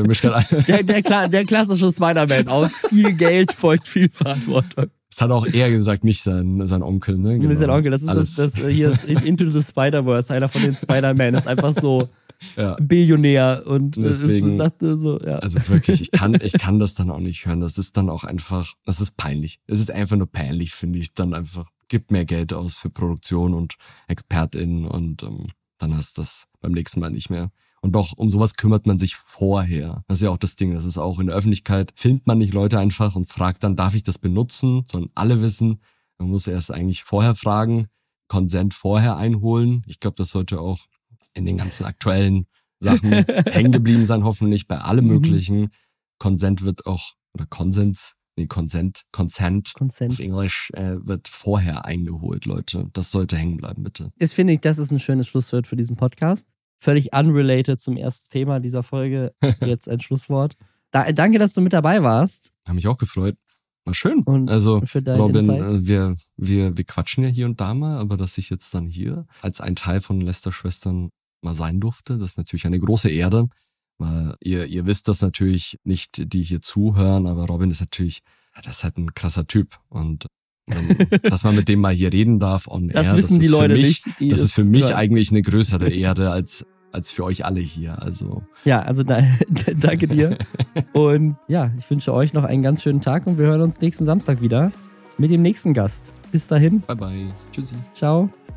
der, der, der klassische Spider-Man, aus viel Geld folgt viel Verantwortung. Das hat auch er gesagt, nicht sein, sein Onkel, ne? Genau. Sein Onkel, das ist das, das, hier ist Into the Spider-Verse, einer von den Spider-Man, ist einfach so ja. Billionär und deswegen, ist, sagte so, ja. Also wirklich, ich kann, ich kann das dann auch nicht hören. Das ist dann auch einfach, das ist peinlich. Es ist einfach nur peinlich, finde ich, dann einfach. Gibt mehr Geld aus für Produktion und ExpertInnen und ähm, dann hast du das beim nächsten Mal nicht mehr. Und doch, um sowas kümmert man sich vorher. Das ist ja auch das Ding, das ist auch in der Öffentlichkeit, filmt man nicht Leute einfach und fragt dann, darf ich das benutzen? Sondern alle wissen, man muss erst eigentlich vorher fragen, Consent vorher einholen. Ich glaube, das sollte auch in den ganzen aktuellen Sachen hängen geblieben sein, hoffentlich bei allem möglichen. Consent wird auch, oder Konsens, Nee, Consent, Consent, Consent. auf Englisch äh, wird vorher eingeholt, Leute. Das sollte hängen bleiben, bitte. Das finde ich, das ist ein schönes Schlusswort für diesen Podcast. Völlig unrelated zum ersten Thema dieser Folge. Jetzt ein Schlusswort. Da, danke, dass du mit dabei warst. Habe mich auch gefreut. War schön. Und also, für deine Robin, Insight. wir, wir, wir quatschen ja hier und da mal, aber dass ich jetzt dann hier als ein Teil von Lester-Schwestern mal sein durfte, das ist natürlich eine große Ehre. Weil ihr, ihr wisst das natürlich nicht, die hier zuhören, aber Robin ist natürlich, das ist halt ein krasser Typ. Und dass man mit dem mal hier reden darf on das air. Wissen das die Leute mich, nicht. Die das ist für mich hören. eigentlich eine größere Ehre als, als für euch alle hier. Also. Ja, also da, danke dir. Und ja, ich wünsche euch noch einen ganz schönen Tag und wir hören uns nächsten Samstag wieder mit dem nächsten Gast. Bis dahin. Bye bye. Tschüssi. Ciao.